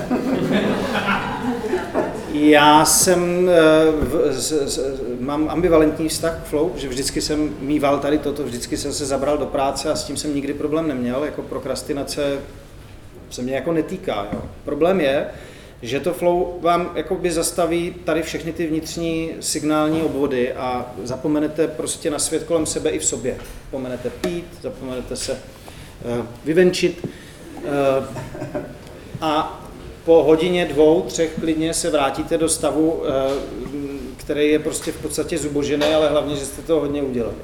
já jsem, v, z, z, mám ambivalentní vztah k flow, že vždycky jsem mýval tady toto, vždycky jsem se zabral do práce a s tím jsem nikdy problém neměl, jako prokrastinace se mě jako netýká. Jo? Problém je, že to flow vám jakoby zastaví tady všechny ty vnitřní signální obvody a zapomenete prostě na svět kolem sebe i v sobě. Zapomenete pít, zapomenete se uh, vyvenčit uh, a po hodině, dvou, třech klidně se vrátíte do stavu, uh, který je prostě v podstatě zubožený, ale hlavně, že jste to hodně udělali.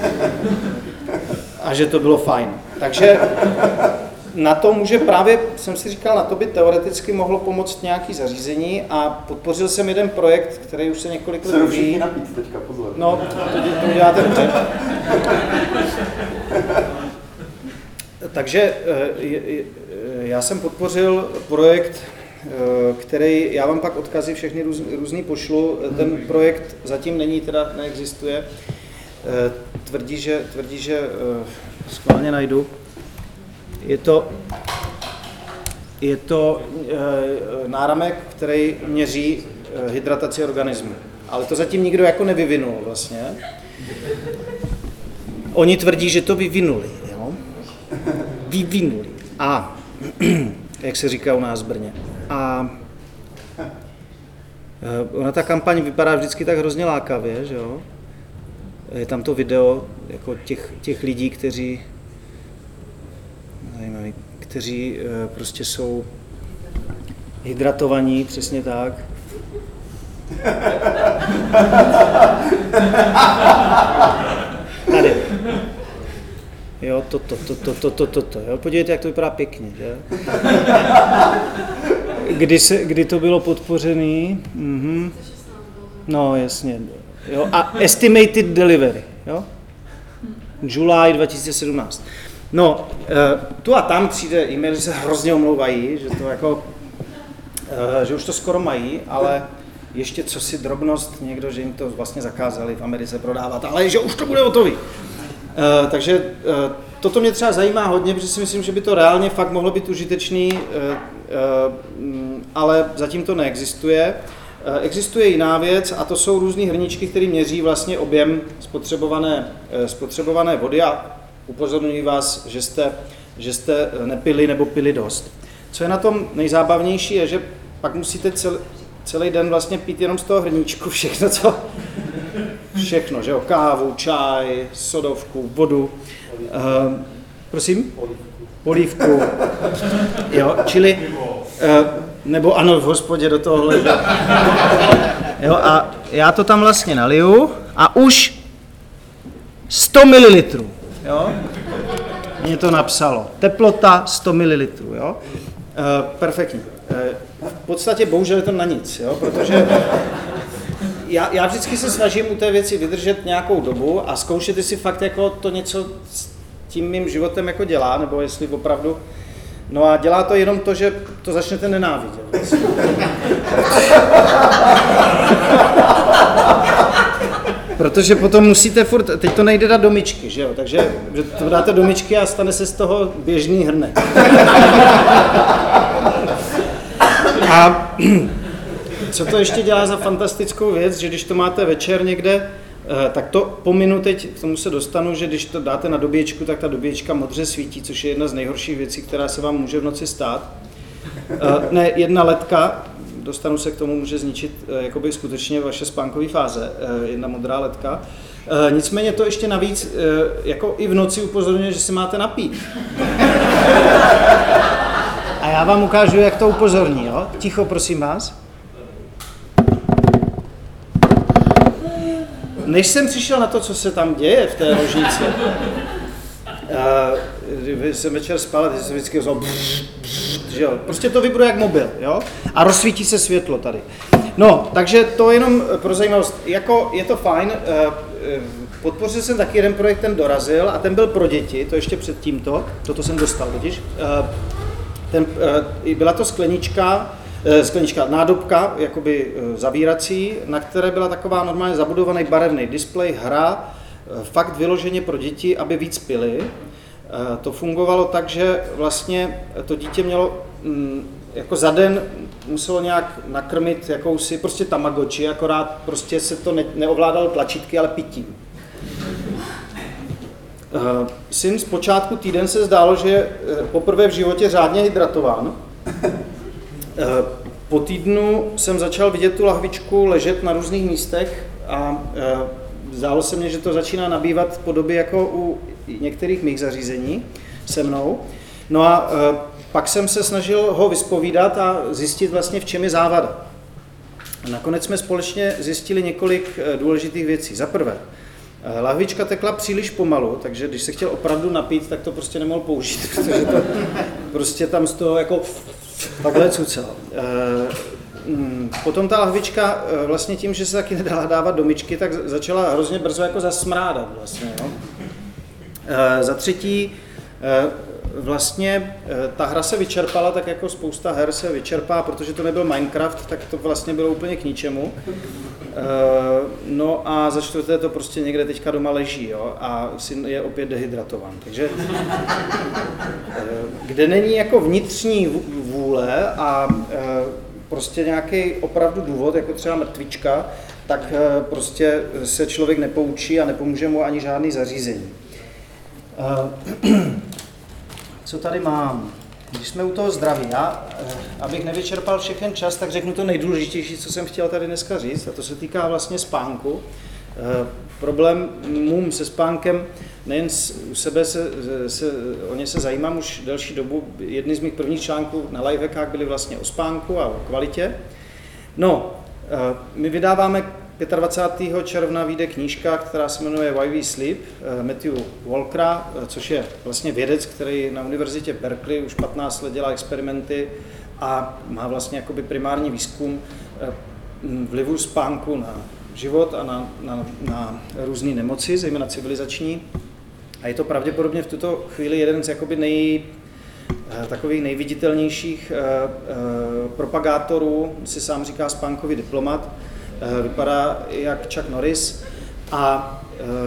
A že to bylo fajn. Takže na to může právě, jsem si říkal, na to by teoreticky mohlo pomoct nějaký zařízení a podpořil jsem jeden projekt, který už se několik let vyvíjí. Se napít teďka, pozor. No, to, to děláte dobře. Takže já jsem podpořil projekt, který, já vám pak odkazy všechny růz, různý pošlu, ten projekt zatím není, teda neexistuje. Tvrdí, že, tvrdí, že schválně najdu. Je to, je to e, náramek, který měří e, hydrataci organismu. Ale to zatím nikdo jako nevyvinul vlastně. Oni tvrdí, že to vyvinuli. Jo? Vyvinuli. A, jak se říká u nás v Brně. A e, ona ta kampaň vypadá vždycky tak hrozně lákavě, že jo? Je tam to video jako těch, těch lidí, kteří zajímavý, kteří e, prostě jsou hydratovaní, přesně tak. Tady. Jo, toto, toto, toto, toto, jo. Podívejte, jak to vypadá pěkně, že? Kdy, se, kdy to bylo podpořený? Mhm. No, jasně. Jo. A estimated delivery, jo? July dva tisíce sedmnáct. No, tu a tam přijde e-mail, že se hrozně omlouvají, že to jako, že už to skoro mají, ale ještě co si drobnost, někdo, že jim to vlastně zakázali v Americe prodávat, ale že už to bude hotový. Takže toto mě třeba zajímá hodně, protože si myslím, že by to reálně fakt mohlo být užitečný, ale zatím to neexistuje. Existuje jiná věc a to jsou různý hrníčky, které měří vlastně objem spotřebované, spotřebované vody a upozorňuji vás, že jste, že jste nepili nebo pili dost. Co je na tom nejzábavnější, je, že pak musíte cel, celý den vlastně pít jenom z toho hrníčku všechno, co... Všechno, že jo? Kávu, čaj, sodovku, vodu. Uh, prosím? Polívku. Jo, čili... Uh, nebo ano, v hospodě do tohohle. Jo, a já to tam vlastně naliju a už sto mililitrů. Jo? Mně to napsalo. Teplota sto mililitrů, jo? Uh, perfektní. Uh, v podstatě bohužel je to na nic, jo? Protože já, já vždycky se snažím u té věci vydržet nějakou dobu a zkoušet, jestli fakt jako to něco s tím mým životem jako dělá, nebo jestli opravdu. No a dělá to jenom to, že to začnete nenávidět. Protože potom musíte furt, teď to nejde dát do myčky, že jo, takže že to dáte do myčky a stane se z toho běžný hrnek. A co to ještě dělá za fantastickou věc, že když to máte večer někde, tak to pominu teď, k tomu se dostanu, že když to dáte na dobíječku, tak ta dobíječka modře svítí, což je jedna z nejhorších věcí, která se vám může v noci stát. Ne, jedna ledka, dostanu se k tomu, může zničit jakoby skutečně vaše spánkové fáze, jedna modrá ledka. Nicméně to ještě navíc jako i v noci upozorňuje, že si máte napít. A já vám ukážu, jak to upozorní, jo? Ticho, prosím vás. Než jsem přišel na to, co se tam děje v té ložnici, uh, jsem večer spal a teď se vždycky vzal, že jo, prostě to vibruje jak mobil, jo, a rozsvítí se světlo tady. No, takže to jenom pro zajímavost, jako je to fajn, uh, podpořil jsem taky jeden projekt, ten dorazil a ten byl pro děti, to ještě před tímto, toto jsem dostal totiž, uh, ten, uh, byla to sklenička, sklenička, nádobka, jakoby zavírací, na které byla taková normálně zabudovaný barevný displej, hra, fakt vyloženě pro děti, aby víc pili. To fungovalo tak, že vlastně to dítě mělo jako za den muselo nějak nakrmit jakousi prostě tamagotchi, akorát prostě se to ne, neovládalo tlačítky, ale pitím. Syn zpočátku týden se zdálo, že je poprvé v životě řádně hydratován. Po týdnu jsem začal vidět tu lahvičku ležet na různých místech a zdálo se mně, že to začíná nabývat podoby jako u některých mých zařízení se mnou. No a pak jsem se snažil ho vyspovídat a zjistit vlastně, v čem je závada. Nakonec jsme společně zjistili několik důležitých věcí. Za prvé, lahvička tekla příliš pomalu, takže když se chtěl opravdu napít, tak to prostě nemohl použít, protože to prostě tam z toho jako takhle cucal. Potom ta lahvička vlastně tím, že se taky nedala dávat do myčky, tak začala hrozně brzo jako zasmrádat vlastně. Jo. Za třetí, vlastně ta hra se vyčerpala, tak jako spousta her se vyčerpá, protože to nebyl Minecraft, tak to vlastně bylo úplně k ničemu. No a za čtvrté to prostě někde teďka doma leží, jo, a syn je opět dehydratován. Takže kde není jako vnitřní vůle a prostě nějaký opravdu důvod, jako třeba mrtvička, tak prostě se člověk nepoučí a nepomůže mu ani žádný zařízení. Co tady mám? Když jsme u toho zdraví, já, abych nevyčerpal všechen čas, tak řeknu to nejdůležitější, co jsem chtěl tady dneska říct, a to se týká vlastně spánku. E, problémům se spánkem, nejen u sebe se, se, o ně se zajímám už delší dobu. Jedny z mých prvních článků na Lifehackách byly vlastně o spánku a o kvalitě. No, e, my vydáváme dvacátého pátého června vyjde knížka, která se jmenuje Why We Sleep, Matthew Walkera, což je vlastně vědec, který na univerzitě Berkeley už patnáct let dělá experimenty a má vlastně jakoby primární výzkum vlivu spánku na život a na, na, na různé nemoci, zejména civilizační. A je to pravděpodobně v tuto chvíli jeden z jakoby nej, takových nejviditelnějších propagátorů, si sám říká spánkový diplomat. Vypadá jak Chuck Norris a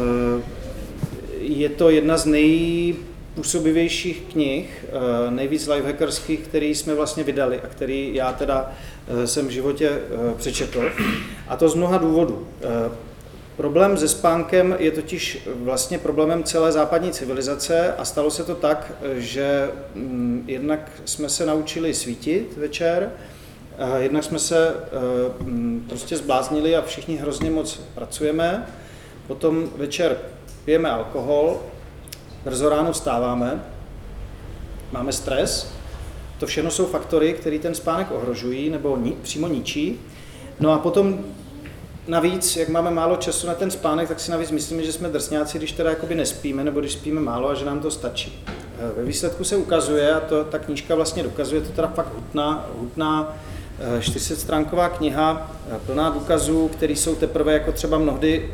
je to jedna z nejpůsobivějších knih, nejvíc lifehackerských, který jsme vlastně vydali a který já teda jsem v životě přečetl. A to z mnoha důvodů. Problém se spánkem je totiž vlastně problémem celé západní civilizace a stalo se to tak, že jednak jsme se naučili svítit večer, jednak jsme se prostě zbláznili a všichni hrozně moc pracujeme, potom večer pijeme alkohol, brzo ráno vstáváme, máme stres, to všechno jsou faktory, které ten spánek ohrožují nebo ni, přímo ničí. No a potom navíc, jak máme málo času na ten spánek, tak si navíc myslíme, že jsme drsňáci, když teda jakoby nespíme nebo když spíme málo a že nám to stačí. Ve výsledku se ukazuje, a to, ta knížka vlastně dokazuje, to teda fakt hutná, hutná čtyřsetstránková kniha, plná důkazů, které jsou teprve jako třeba mnohdy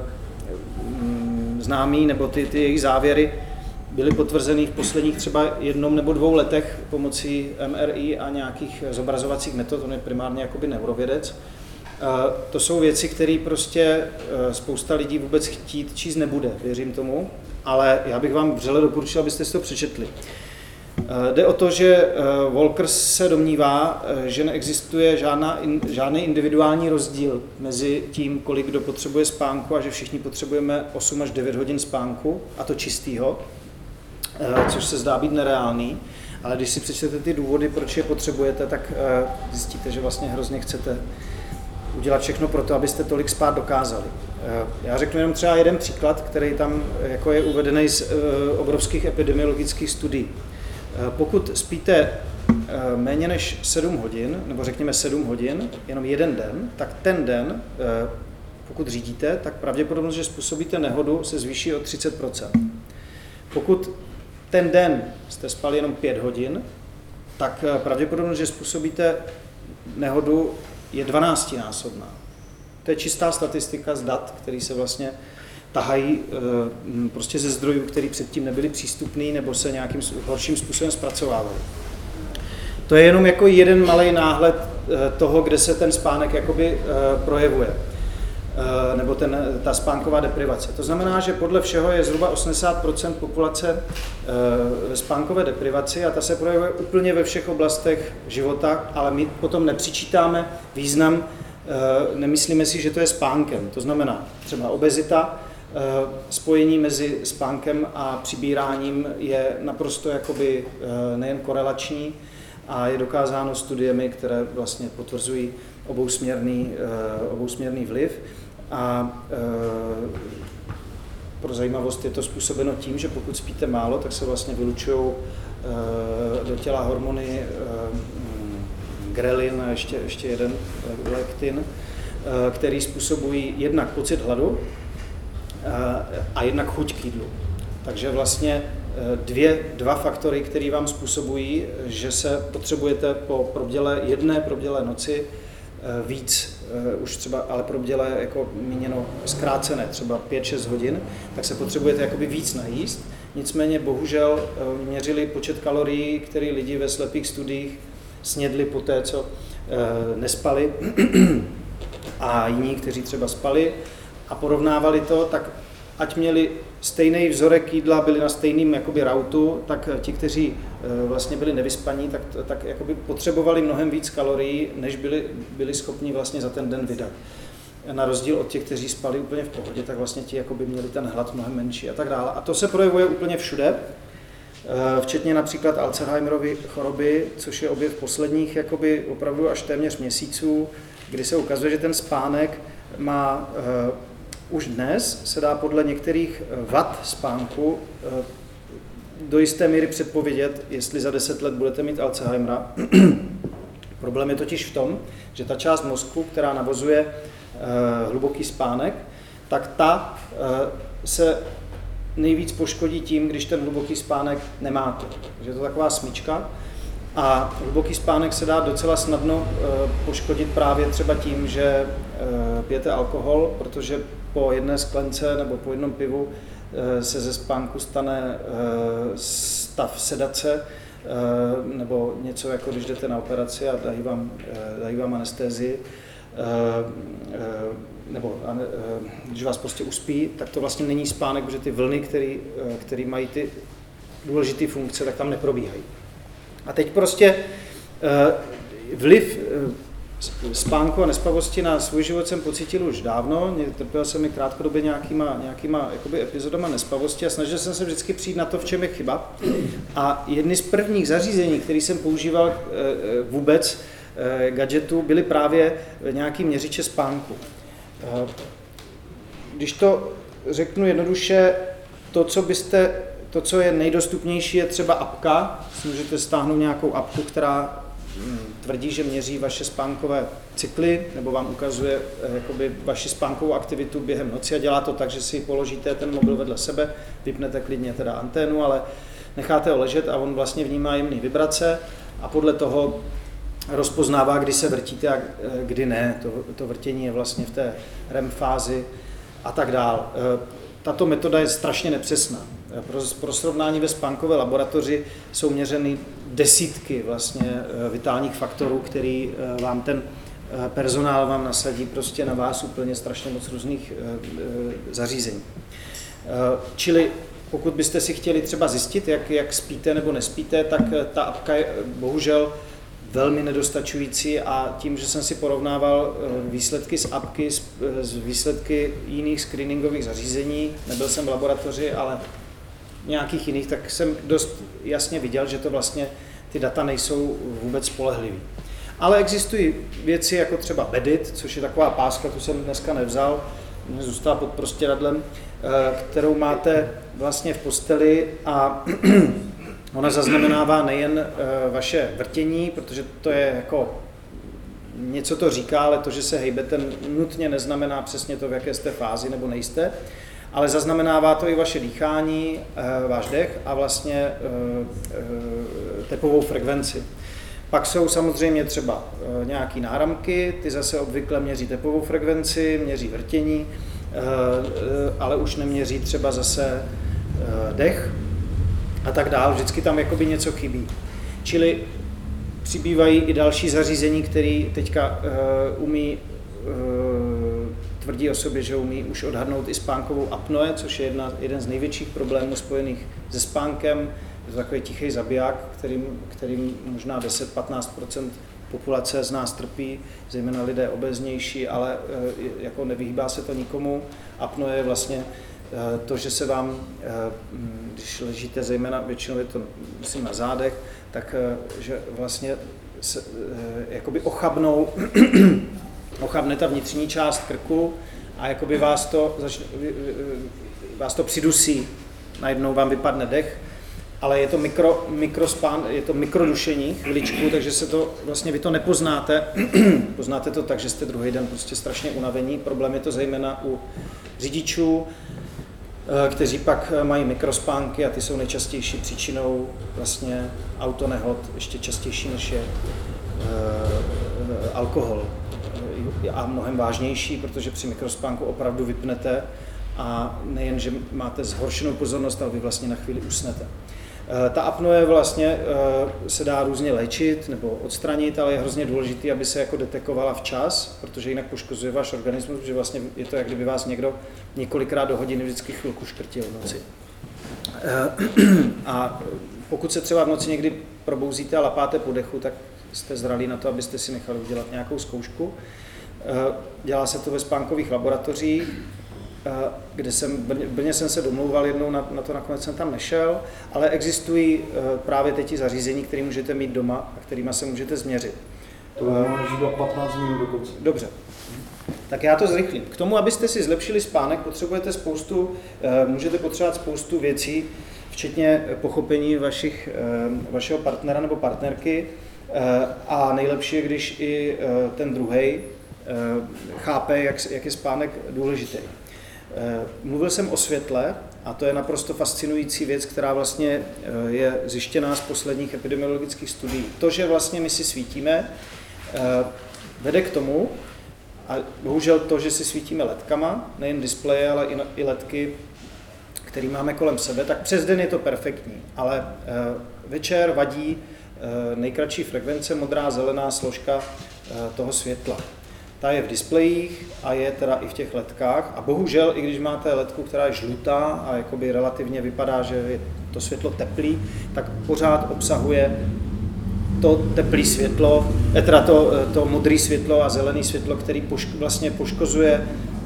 známý, nebo ty, ty jejich závěry byly potvrzeny v posledních třeba jednom nebo dvou letech pomocí M R I a nějakých zobrazovacích metod, on je primárně jakoby neurovědec. To jsou věci, které prostě spousta lidí vůbec chtít číst nebude, věřím tomu, ale já bych vám vřele doporučil, abyste si to přečetli. Jde o to, že Walkers se domnívá, že neexistuje žádná, žádný individuální rozdíl mezi tím, kolik kdo potřebuje spánku a že všichni potřebujeme osm až devět hodin spánku, a to čistýho, což se zdá být nereálný. Ale když si přečtete ty důvody, proč je potřebujete, tak zjistíte, že vlastně hrozně chcete udělat všechno pro to, abyste tolik spát dokázali. Já řeknu jenom třeba jeden příklad, který tam jako je uvedený z obrovských epidemiologických studií. Pokud spíte méně než sedm hodin, nebo řekněme sedm hodin, jenom jeden den, tak ten den, pokud řídíte, tak pravděpodobnost, že způsobíte nehodu, se zvýší o třicet procent. Pokud ten den jste spali jenom pět hodin, tak pravděpodobnost, že způsobíte nehodu, je dvanáctinásobná. To je čistá statistika z dat, které se vlastně tahají prostě ze zdrojů, které předtím nebyly přístupný nebo se nějakým horším způsobem zpracovávaly. To je jenom jako jeden malý náhled toho, kde se ten spánek jakoby projevuje, nebo ten, ta spánková deprivace. To znamená, že podle všeho je zhruba osmdesát procent populace ve spánkové deprivaci a ta se projevuje úplně ve všech oblastech života, ale my potom nepřičítáme význam, nemyslíme si, že to je spánkem. To znamená třeba obezita, spojení mezi spánkem a přibíráním je naprosto jakoby nejen korelační a je dokázáno studiemi, které vlastně potvrzují obousměrný, obousměrný vliv. A pro zajímavost je to způsobeno tím, že pokud spíte málo, tak se vlastně vylučují do těla hormony grelin a ještě, ještě jeden lektin, který způsobují jednak pocit hladu a jednak chuť k jídlu. Takže vlastně dvě, dva faktory, které vám způsobují, že se potřebujete po probdělé, jedné probdělé noci víc, už třeba, ale probdělé jako míněno zkrácené, třeba pět šest hodin, tak se potřebujete jakoby víc najíst. Nicméně bohužel měřili počet kalorií, které lidi ve slepých studiích snědli po té, co nespali, a jiní, kteří třeba spali a porovnávali to, tak ať měli stejný vzorek jídla, byli na stejném jakoby rautu, tak ti, kteří vlastně byli nevyspaní, tak, tak jakoby potřebovali mnohem víc kalorií, než byli, byli schopni vlastně za ten den vydat. Na rozdíl od těch, kteří spali úplně v pohodě, tak vlastně ti jakoby měli ten hlad mnohem menší a tak dále. A to se projevuje úplně všude, včetně například Alzheimerovy choroby, což je objev posledních jakoby opravdu až téměř měsíců, kdy se ukazuje, že ten spánek má už dnes se dá podle některých vad spánku do jisté míry předpovědět, jestli za deset let budete mít Alzheimera. Problém je totiž v tom, že ta část mozku, která navozuje hluboký spánek, tak ta se nejvíc poškodí tím, když ten hluboký spánek nemáte. Takže je to taková smyčka a hluboký spánek se dá docela snadno poškodit právě třeba tím, že pijete alkohol, protože po jedné sklence nebo po jednom pivu se ze spánku stane stav sedace nebo něco, jako když jdete na operaci a dají vám, dají vám anestézii, nebo když vás prostě uspí, tak to vlastně není spánek, protože ty vlny, který, který mají ty důležité funkce, tak tam neprobíhají. A teď prostě vliv spánku a nespavosti na svůj život jsem pocítil už dávno, trpěl jsem mi krátkodobě nějakýma, nějakýma jakoby epizodama nespavosti a snažil jsem se vždycky přijít na to, v čem je chyba. A jedny z prvních zařízení, které jsem používal vůbec, gadgetů, byly právě nějaký měřiče spánku. Když to řeknu jednoduše, to, co byste, to, co je nejdostupnější, je třeba apka. Můžete stáhnout nějakou apku, která tvrdí, že měří vaše spánkové cykly, nebo vám ukazuje jakoby vaši spánkovou aktivitu během noci a dělá to tak, že si položíte ten mobil vedle sebe, vypnete klidně teda anténu, ale necháte ho ležet a on vlastně vnímá jemné vibrace a podle toho rozpoznává, kdy se vrtíte a kdy ne. To, to vrtění je vlastně v té R E M fázi a tak dál. Tato metoda je strašně nepřesná. Pro, pro srovnání ve spánkové laboratoři jsou měřeny desítky vlastně vitálních faktorů, který vám ten personál vám nasadí prostě na vás úplně strašně moc různých zařízení. Čili pokud byste si chtěli třeba zjistit, jak, jak spíte nebo nespíte, tak ta apka je bohužel velmi nedostačující a tím, že jsem si porovnával výsledky z apky s výsledky jiných screeningových zařízení, nebyl jsem v laboratoři, ale nějakých jiných, tak jsem dost jasně viděl, že to vlastně ty data nejsou vůbec spolehlivý. Ale existují věci jako třeba Bedit, což je taková páska, tu jsem dneska nevzal, zůstala pod prostěradlem, kterou máte vlastně v posteli a ona zaznamenává nejen vaše vrtění, protože to je jako něco to říká, ale to, že se hejbete, nutně neznamená přesně to, v jaké jste fázi nebo nejste, ale zaznamenává to i vaše dýchání, váš dech a vlastně tepovou frekvenci. Pak jsou samozřejmě třeba nějaké náramky, ty zase obvykle měří tepovou frekvenci, měří vrtění, ale už neměří třeba zase dech a tak dál. Vždycky tam jakoby něco chybí. Čili přibývají i další zařízení, které teďka umí, tvrdí o sobě, že umí už odhadnout i spánkovou apnoe, což je jedna, jeden z největších problémů spojených se spánkem. Je to takový tichý zabiják, kterým, kterým možná deset až patnáct procent populace z nás trpí, zejména lidé obéznější, ale jako nevyhýbá se to nikomu. Apnoe je vlastně to, že se vám, když ležíte, zejména většinou je to myslím na zádech, tak že vlastně se, jakoby ochabnou, ochabne ta vnitřní část krku a jakoby vás to, začne, vás to přidusí, najednou vám vypadne dech, ale je to mikro, mikrospán, je to mikrodušení chviličku, takže se to, vlastně vy to nepoznáte, poznáte to tak, že jste druhý den prostě strašně unavení. Problém je to zejména u řidičů, kteří pak mají mikrospánky a ty jsou nejčastější příčinou vlastně autonehod, ještě častější než je alkohol. A mnohem vážnější, protože při mikrospánku opravdu vypnete a nejen, že máte zhoršenou pozornost, ale vy vlastně na chvíli usnete. Ta apnoe vlastně se dá různě léčit nebo odstranit, ale je hrozně důležité, aby se jako detekovala včas, protože jinak poškozuje váš organismus, protože vlastně je to, jak kdyby vás někdo několikrát do hodiny vždycky chvilku škrtil v noci. A pokud se třeba v noci někdy probouzíte a lapáte po dechu, tak jste zralí na to, abyste si nechali udělat nějakou zkoušku. Dělá se to ve spánkových laboratořích, kde jsem, v Brně jsem se domlouval jednou, na, na to nakonec jsem tam nešel, ale existují právě teď zařízení, které můžete mít doma a kterýma se můžete změřit. To může do patnáct minut dokonce. Dobře. Tak já to zrychlím. K tomu, abyste si zlepšili spánek, potřebujete spoustu, můžete potřebovat spoustu věcí, včetně pochopení vašich, vašeho partnera nebo partnerky a nejlepší je, když i ten druhej chápe, jak, jak je spánek důležitý. Mluvil jsem o světle a to je naprosto fascinující věc, která vlastně je zjištěná z posledních epidemiologických studií. To, že vlastně my si svítíme, vede k tomu, a bohužel to, že si svítíme ledkama, nejen displeje, ale i ledky, které máme kolem sebe, tak přes den je to perfektní, ale večer vadí nejkratší frekvence, modrá, zelená složka toho světla. Ta je v displejích a je teda i v těch ledkách a bohužel, i když máte ledku, která je žlutá a jakoby relativně vypadá, že je to světlo teplý, tak pořád obsahuje to teplé světlo, teda to, to modré světlo a zelené světlo, který poško, vlastně poškozuje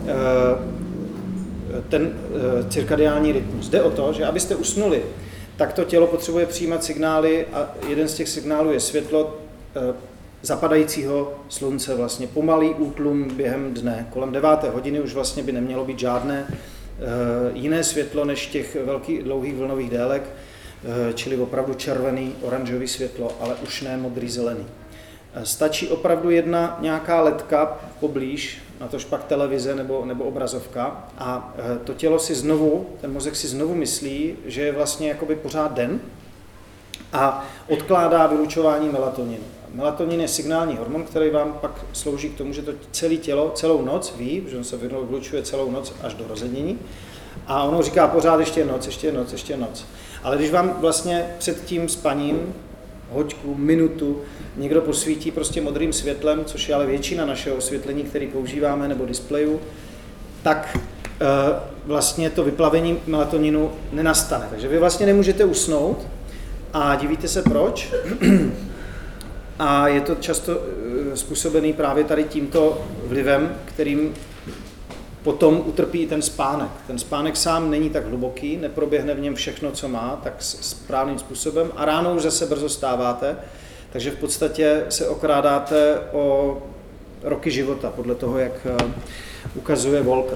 ten cirkadiální rytmus. Jde o to, že abyste usnuli, tak to tělo potřebuje přijímat signály a jeden z těch signálů je světlo zapadajícího slunce, vlastně pomalý útlum během dne. Kolem deváté hodiny už vlastně by nemělo být žádné jiné světlo než těch velkých dlouhých vlnových délek, čili opravdu červený, oranžový světlo, ale už ne modrý, zelený. Stačí opravdu jedna nějaká ledka poblíž, na tož pak televize nebo, nebo obrazovka a to tělo si znovu, ten mozek si znovu myslí, že je vlastně jakoby pořád den a odkládá vylučování melatoninu. Melatonin je signální hormon, který vám pak slouží k tomu, že to celé tělo celou noc ví, že on se vylučuje celou noc až do rozednění a ono říká pořád ještě je noc, ještě je noc, ještě je noc. Ale když vám vlastně před tím spaním hoďku, minutu někdo posvítí prostě modrým světlem, což je ale většina našeho osvětlení, který používáme, nebo displejů, tak e, vlastně to vyplavení melatoninu nenastane. Takže vy vlastně nemůžete usnout a divíte se proč. A je to často e, způsobený právě tady tímto vlivem, kterým potom utrpí ten spánek. Ten spánek sám není tak hluboký, neproběhne v něm všechno, co má, tak správným způsobem a ráno už zase brzo stáváte, takže v podstatě se okrádáte o roky života, podle toho, jak ukazuje Walker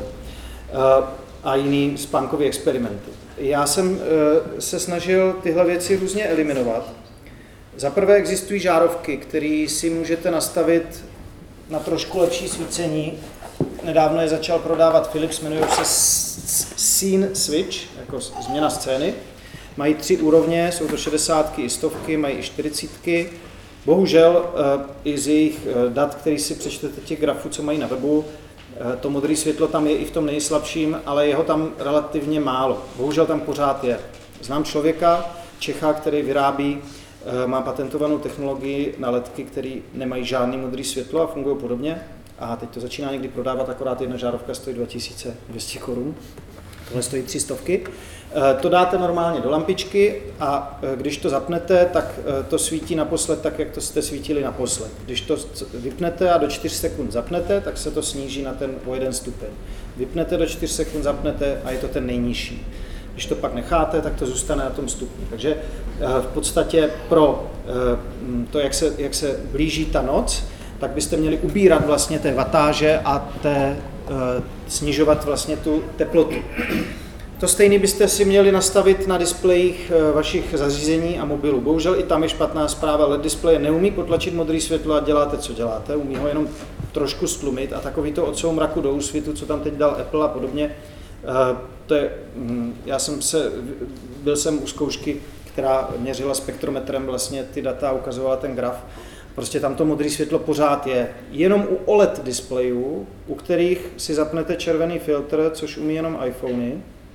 a jiný spánkový experimenty. Já jsem se snažil tyhle věci různě eliminovat. Za prvé existují žárovky, které si můžete nastavit na trošku lepší svícení. Nedávno je začal prodávat Philips, jmenují se Scene Switch, jako změna scény. Mají tři úrovně, jsou to šedesátky i stovky, mají i čtyřicítky. Bohužel i z jejich dat, který si přečtete těch grafů, co mají na webu, to modré světlo tam je i v tom nejslabším, ale jeho tam relativně málo. Bohužel tam pořád je. Znám člověka, Čecha, který vyrábí, má patentovanou technologii na ledky, které nemají žádný modré světlo a fungují podobně. A teď to začíná někdy prodávat, akorát jedna žárovka stojí dva tisíce dvě stě korun, tohle stojí tři stovky. To dáte normálně do lampičky a když to zapnete, tak to svítí naposled tak, jak to jste svítili naposled. Když to vypnete a do čtyř sekund zapnete, tak se to sníží na ten o jeden stupeň. Vypnete do čtyř sekund, zapnete a je to ten nejnižší. Když to pak necháte, tak to zůstane na tom stupni. Takže v podstatě pro to, jak se, jak se blíží ta noc, tak byste měli ubírat vlastně té vatáže a té, e, snižovat vlastně tu teplotu. To stejné byste si měli nastavit na displejích e, vašich zařízení a mobilů. Bohužel i tam je špatná zpráva, L E D displeje neumí potlačit modré světlo a děláte, co děláte, umí ho jenom trošku stlumit a takový to od soumraku do úsvitu, co tam teď dal Apple a podobně, e, to je, mm, já jsem se, byl jsem u zkoušky, která měřila spektrometrem vlastně ty data a ukazovala ten graf. Prostě tam to modré světlo pořád je. Jenom u O L E D displejů, u kterých si zapnete červený filtr, což umí jenom iPhony.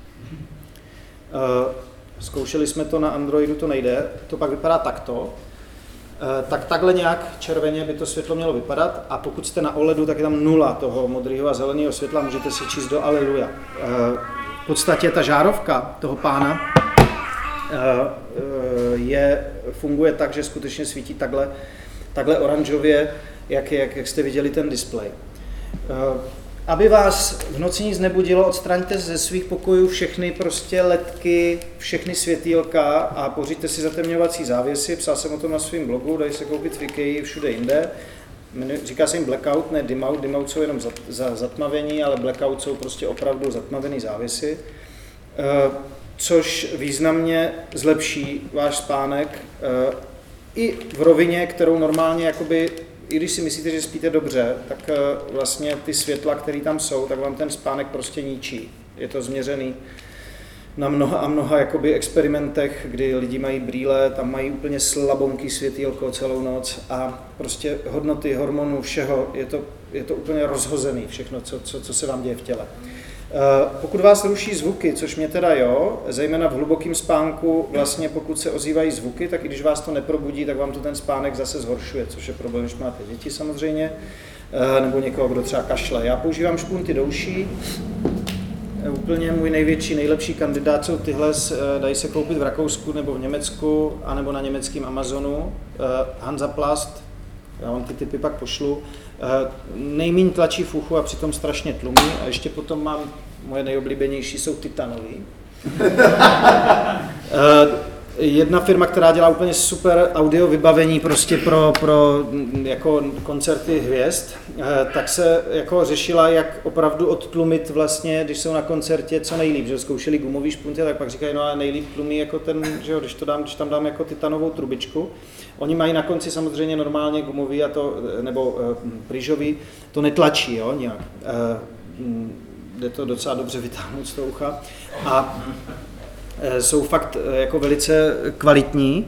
Zkoušeli jsme to na Androidu, to nejde. To pak vypadá takto. Tak takhle nějak červeně by to světlo mělo vypadat a pokud jste na O L E D u, tak je tam nula toho modrého a zeleného světla, můžete si číst do Aleluja. V podstatě ta žárovka toho pána je, funguje tak, že skutečně svítí takhle takhle oranžově, jak, jak, jak jste viděli ten displej. Aby vás v noci nic nebudilo, odstraňte ze svých pokojů všechny prostě ledky, všechny světýlka a pořiďte si zatemňovací závěsy. Psal jsem o tom na svém blogu, dají se koupit v IKEA všude jinde. Říká se jim blackout, ne dim out. Dim out jsou jenom za, za zatmavení, ale blackout jsou prostě opravdu zatmavený závěsy. Což významně zlepší váš spánek i v rovině, kterou normálně, jakoby, i když si myslíte, že spíte dobře, tak vlastně ty světla, které tam jsou, tak vám ten spánek prostě ničí. Je to změřený na mnoha a mnoha jakoby experimentech, kdy lidi mají brýle, tam mají úplně slabonký světýlko celou noc a prostě hodnoty hormonů, všeho, je to, je to úplně rozhozený, všechno, co, co, co se vám děje v těle. Pokud vás ruší zvuky, což mě teda jo, zejména v hlubokém spánku, vlastně pokud se ozývají zvuky, tak i když vás to neprobudí, tak vám to ten spánek zase zhoršuje, což je problém, když máte děti samozřejmě, nebo někoho, kdo třeba kašle. Já používám špunty do uší, úplně můj největší, nejlepší kandidát jsou tyhle, dají se koupit v Rakousku nebo v Německu, anebo na německém Amazonu, Hansaplast, já vám ty typy pak pošlu. Nejméně tlačí v uchu a přitom strašně tlumí a ještě potom mám, moje nejoblíbenější jsou titanový. jedna firma, která dělá úplně super audio vybavení prostě pro, pro jako koncerty hvězd, tak se jako řešila, jak opravdu odtlumit vlastně, když jsou na koncertě, co nejlíp, že zkoušeli gumový špunty, tak pak říkají, no a nejlíp tlumí jako ten, že jo, když, to dám, když tam dám jako titanovou trubičku. Oni mají na konci samozřejmě normálně gumový a to, nebo uh, pryžový, to netlačí, jo, nějak. Uh, jde to docela dobře vytáhnout z toho ucha. A jsou fakt jako velice kvalitní.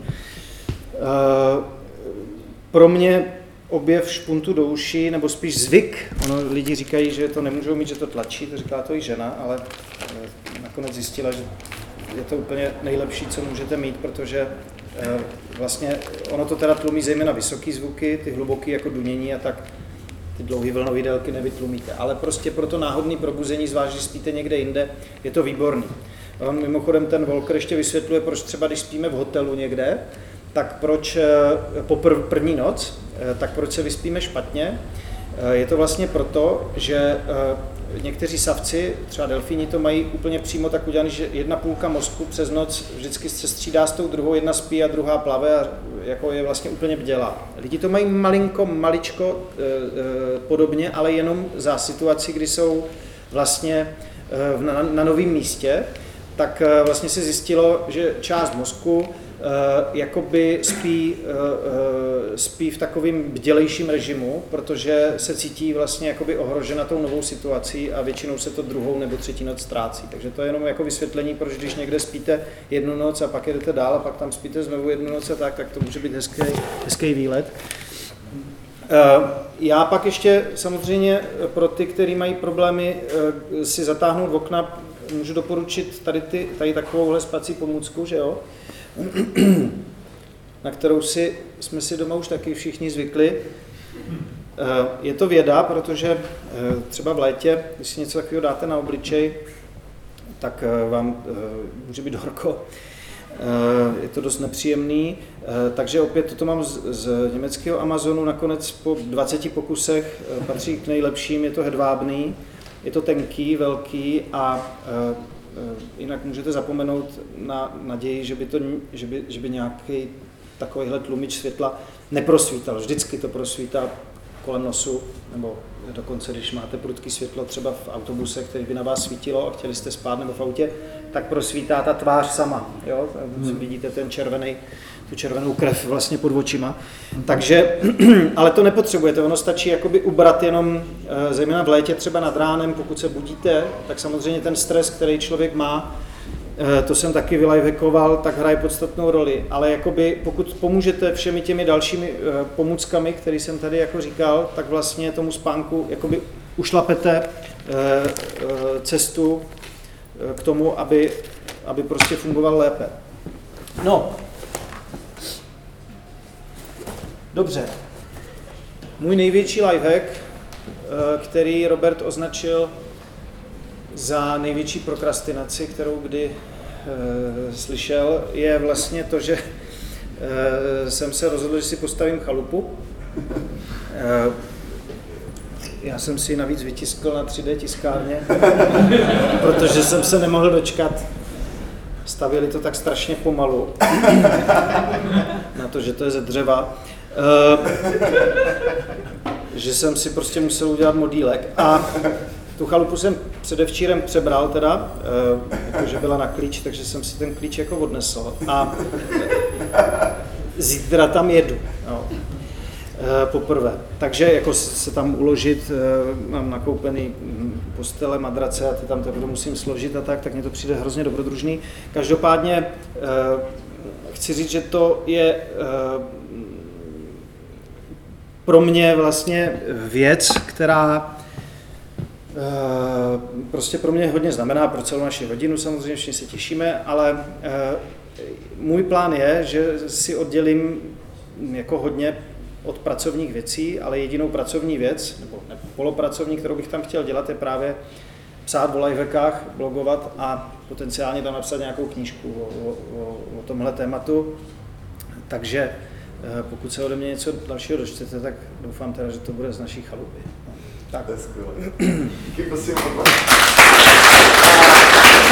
Pro mě objev špuntu do uší, nebo spíš zvyk, ono lidi říkají, že to nemůžou mít, že to tlačí, to říká to i žena, ale nakonec zjistila, že je to úplně nejlepší, co můžete mít, protože vlastně ono to teda tlumí zejména vysoký zvuky, ty hluboký jako dunění a tak ty dlouhý vlnový délky nevytlumíte, ale prostě pro to náhodné probuzení, zvlášť když spíte někde jinde, je to výborný. On mimochodem ten Volker ještě vysvětluje, proč třeba když spíme v hotelu někde, tak proč po prv, první noc, tak proč se vyspíme špatně. Je to vlastně proto, že někteří savci, třeba delfíni, to mají úplně přímo tak udělané, že jedna půlka mozku přes noc vždycky se střídá s tou druhou, jedna spí a druhá plave a jako je vlastně úplně bdělá. Lidi to mají malinko, maličko e, e, podobně, ale jenom za situaci, kdy jsou vlastně e, na, na novém místě, tak e, vlastně se zjistilo, že část mozku Uh, jakoby spí, uh, uh, spí v takovém bdělejším režimu, protože se cítí vlastně jakoby ohrožena tou novou situací a většinou se to druhou nebo třetí noc ztrácí. Takže to je jenom jako vysvětlení, proč když někde spíte jednu noc a pak jedete dál a pak tam spíte znovu jednu noc a tak, tak to může být hezký, hezký výlet. Uh, já pak ještě samozřejmě pro ty, kteří mají problémy uh, si zatáhnout v okna, můžu doporučit tady, ty, tady takovouhle spací pomůcku, že jo? Na kterou si, jsme si doma už taky všichni zvykli. Je to věda, protože třeba v létě, když si něco takového dáte na obličej, tak vám může být horko. Je to dost nepříjemný, takže opět toto mám z, z německého Amazonu, nakonec po dvaceti pokusech patří k nejlepším, je to hedvábný, je to tenký, velký a jinak můžete zapomenout na naději, že by, to, že by, že by nějaký takovýhle tlumič světla neprosvítal. Vždycky to prosvítá kolem nosu, nebo dokonce, když máte prudký světlo třeba v autobuse, který by na vás svítilo a chtěli jste spát nebo v autě, tak prosvítá ta tvář sama. Jo? Hmm. Vidíte ten červený, tu červenou krev vlastně pod očima. Takže, ale to nepotřebujete, ono stačí jakoby ubrat jenom, zejména v létě třeba nad ránem, pokud se budíte, tak samozřejmě ten stres, který člověk má, to jsem taky vylifehackoval, tak hraje podstatnou roli, ale jakoby pokud pomůžete všemi těmi dalšími pomůckami, které jsem tady jako říkal, tak vlastně tomu spánku jakoby ušlapete cestu k tomu, aby, aby prostě fungoval lépe. No, dobře. Můj největší lifehack, který Robert označil za největší prokrastinaci, kterou kdy e, slyšel, je vlastně to, že e, jsem se rozhodl, že si postavím chalupu. E, já jsem si ji navíc vytiskl na tři dé tiskárně, protože jsem se nemohl dočkat. Stavěli to tak strašně pomalu, na to, že to je ze dřeva, e, že jsem si prostě musel udělat modílek. A tu chalupu jsem předevčírem přebral teda, jakože byla na klíč, takže jsem si ten klíč jako odnesl a zítra tam jedu, no. Poprvé. Takže jako se tam uložit, mám nakoupený postele, madrace a ty tam teprve musím složit a tak, tak mně to přijde hrozně dobrodružný. Každopádně chci říct, že to je pro mě vlastně věc, která prostě pro mě hodně znamená, pro celou naši rodinu samozřejmě, všichni se těšíme, ale můj plán je, že si oddělím jako hodně od pracovních věcí, ale jedinou pracovní věc, nebo ne, polopracovní, kterou bych tam chtěl dělat, je právě psát o lifehackách, blogovat a potenciálně tam napsat nějakou knížku o, o, o, o tomhle tématu. Takže pokud se ode mě něco dalšího dočtete, tak doufám teda, že to bude z naší chalupy. Tak. To je skvělé. Díky, prosím.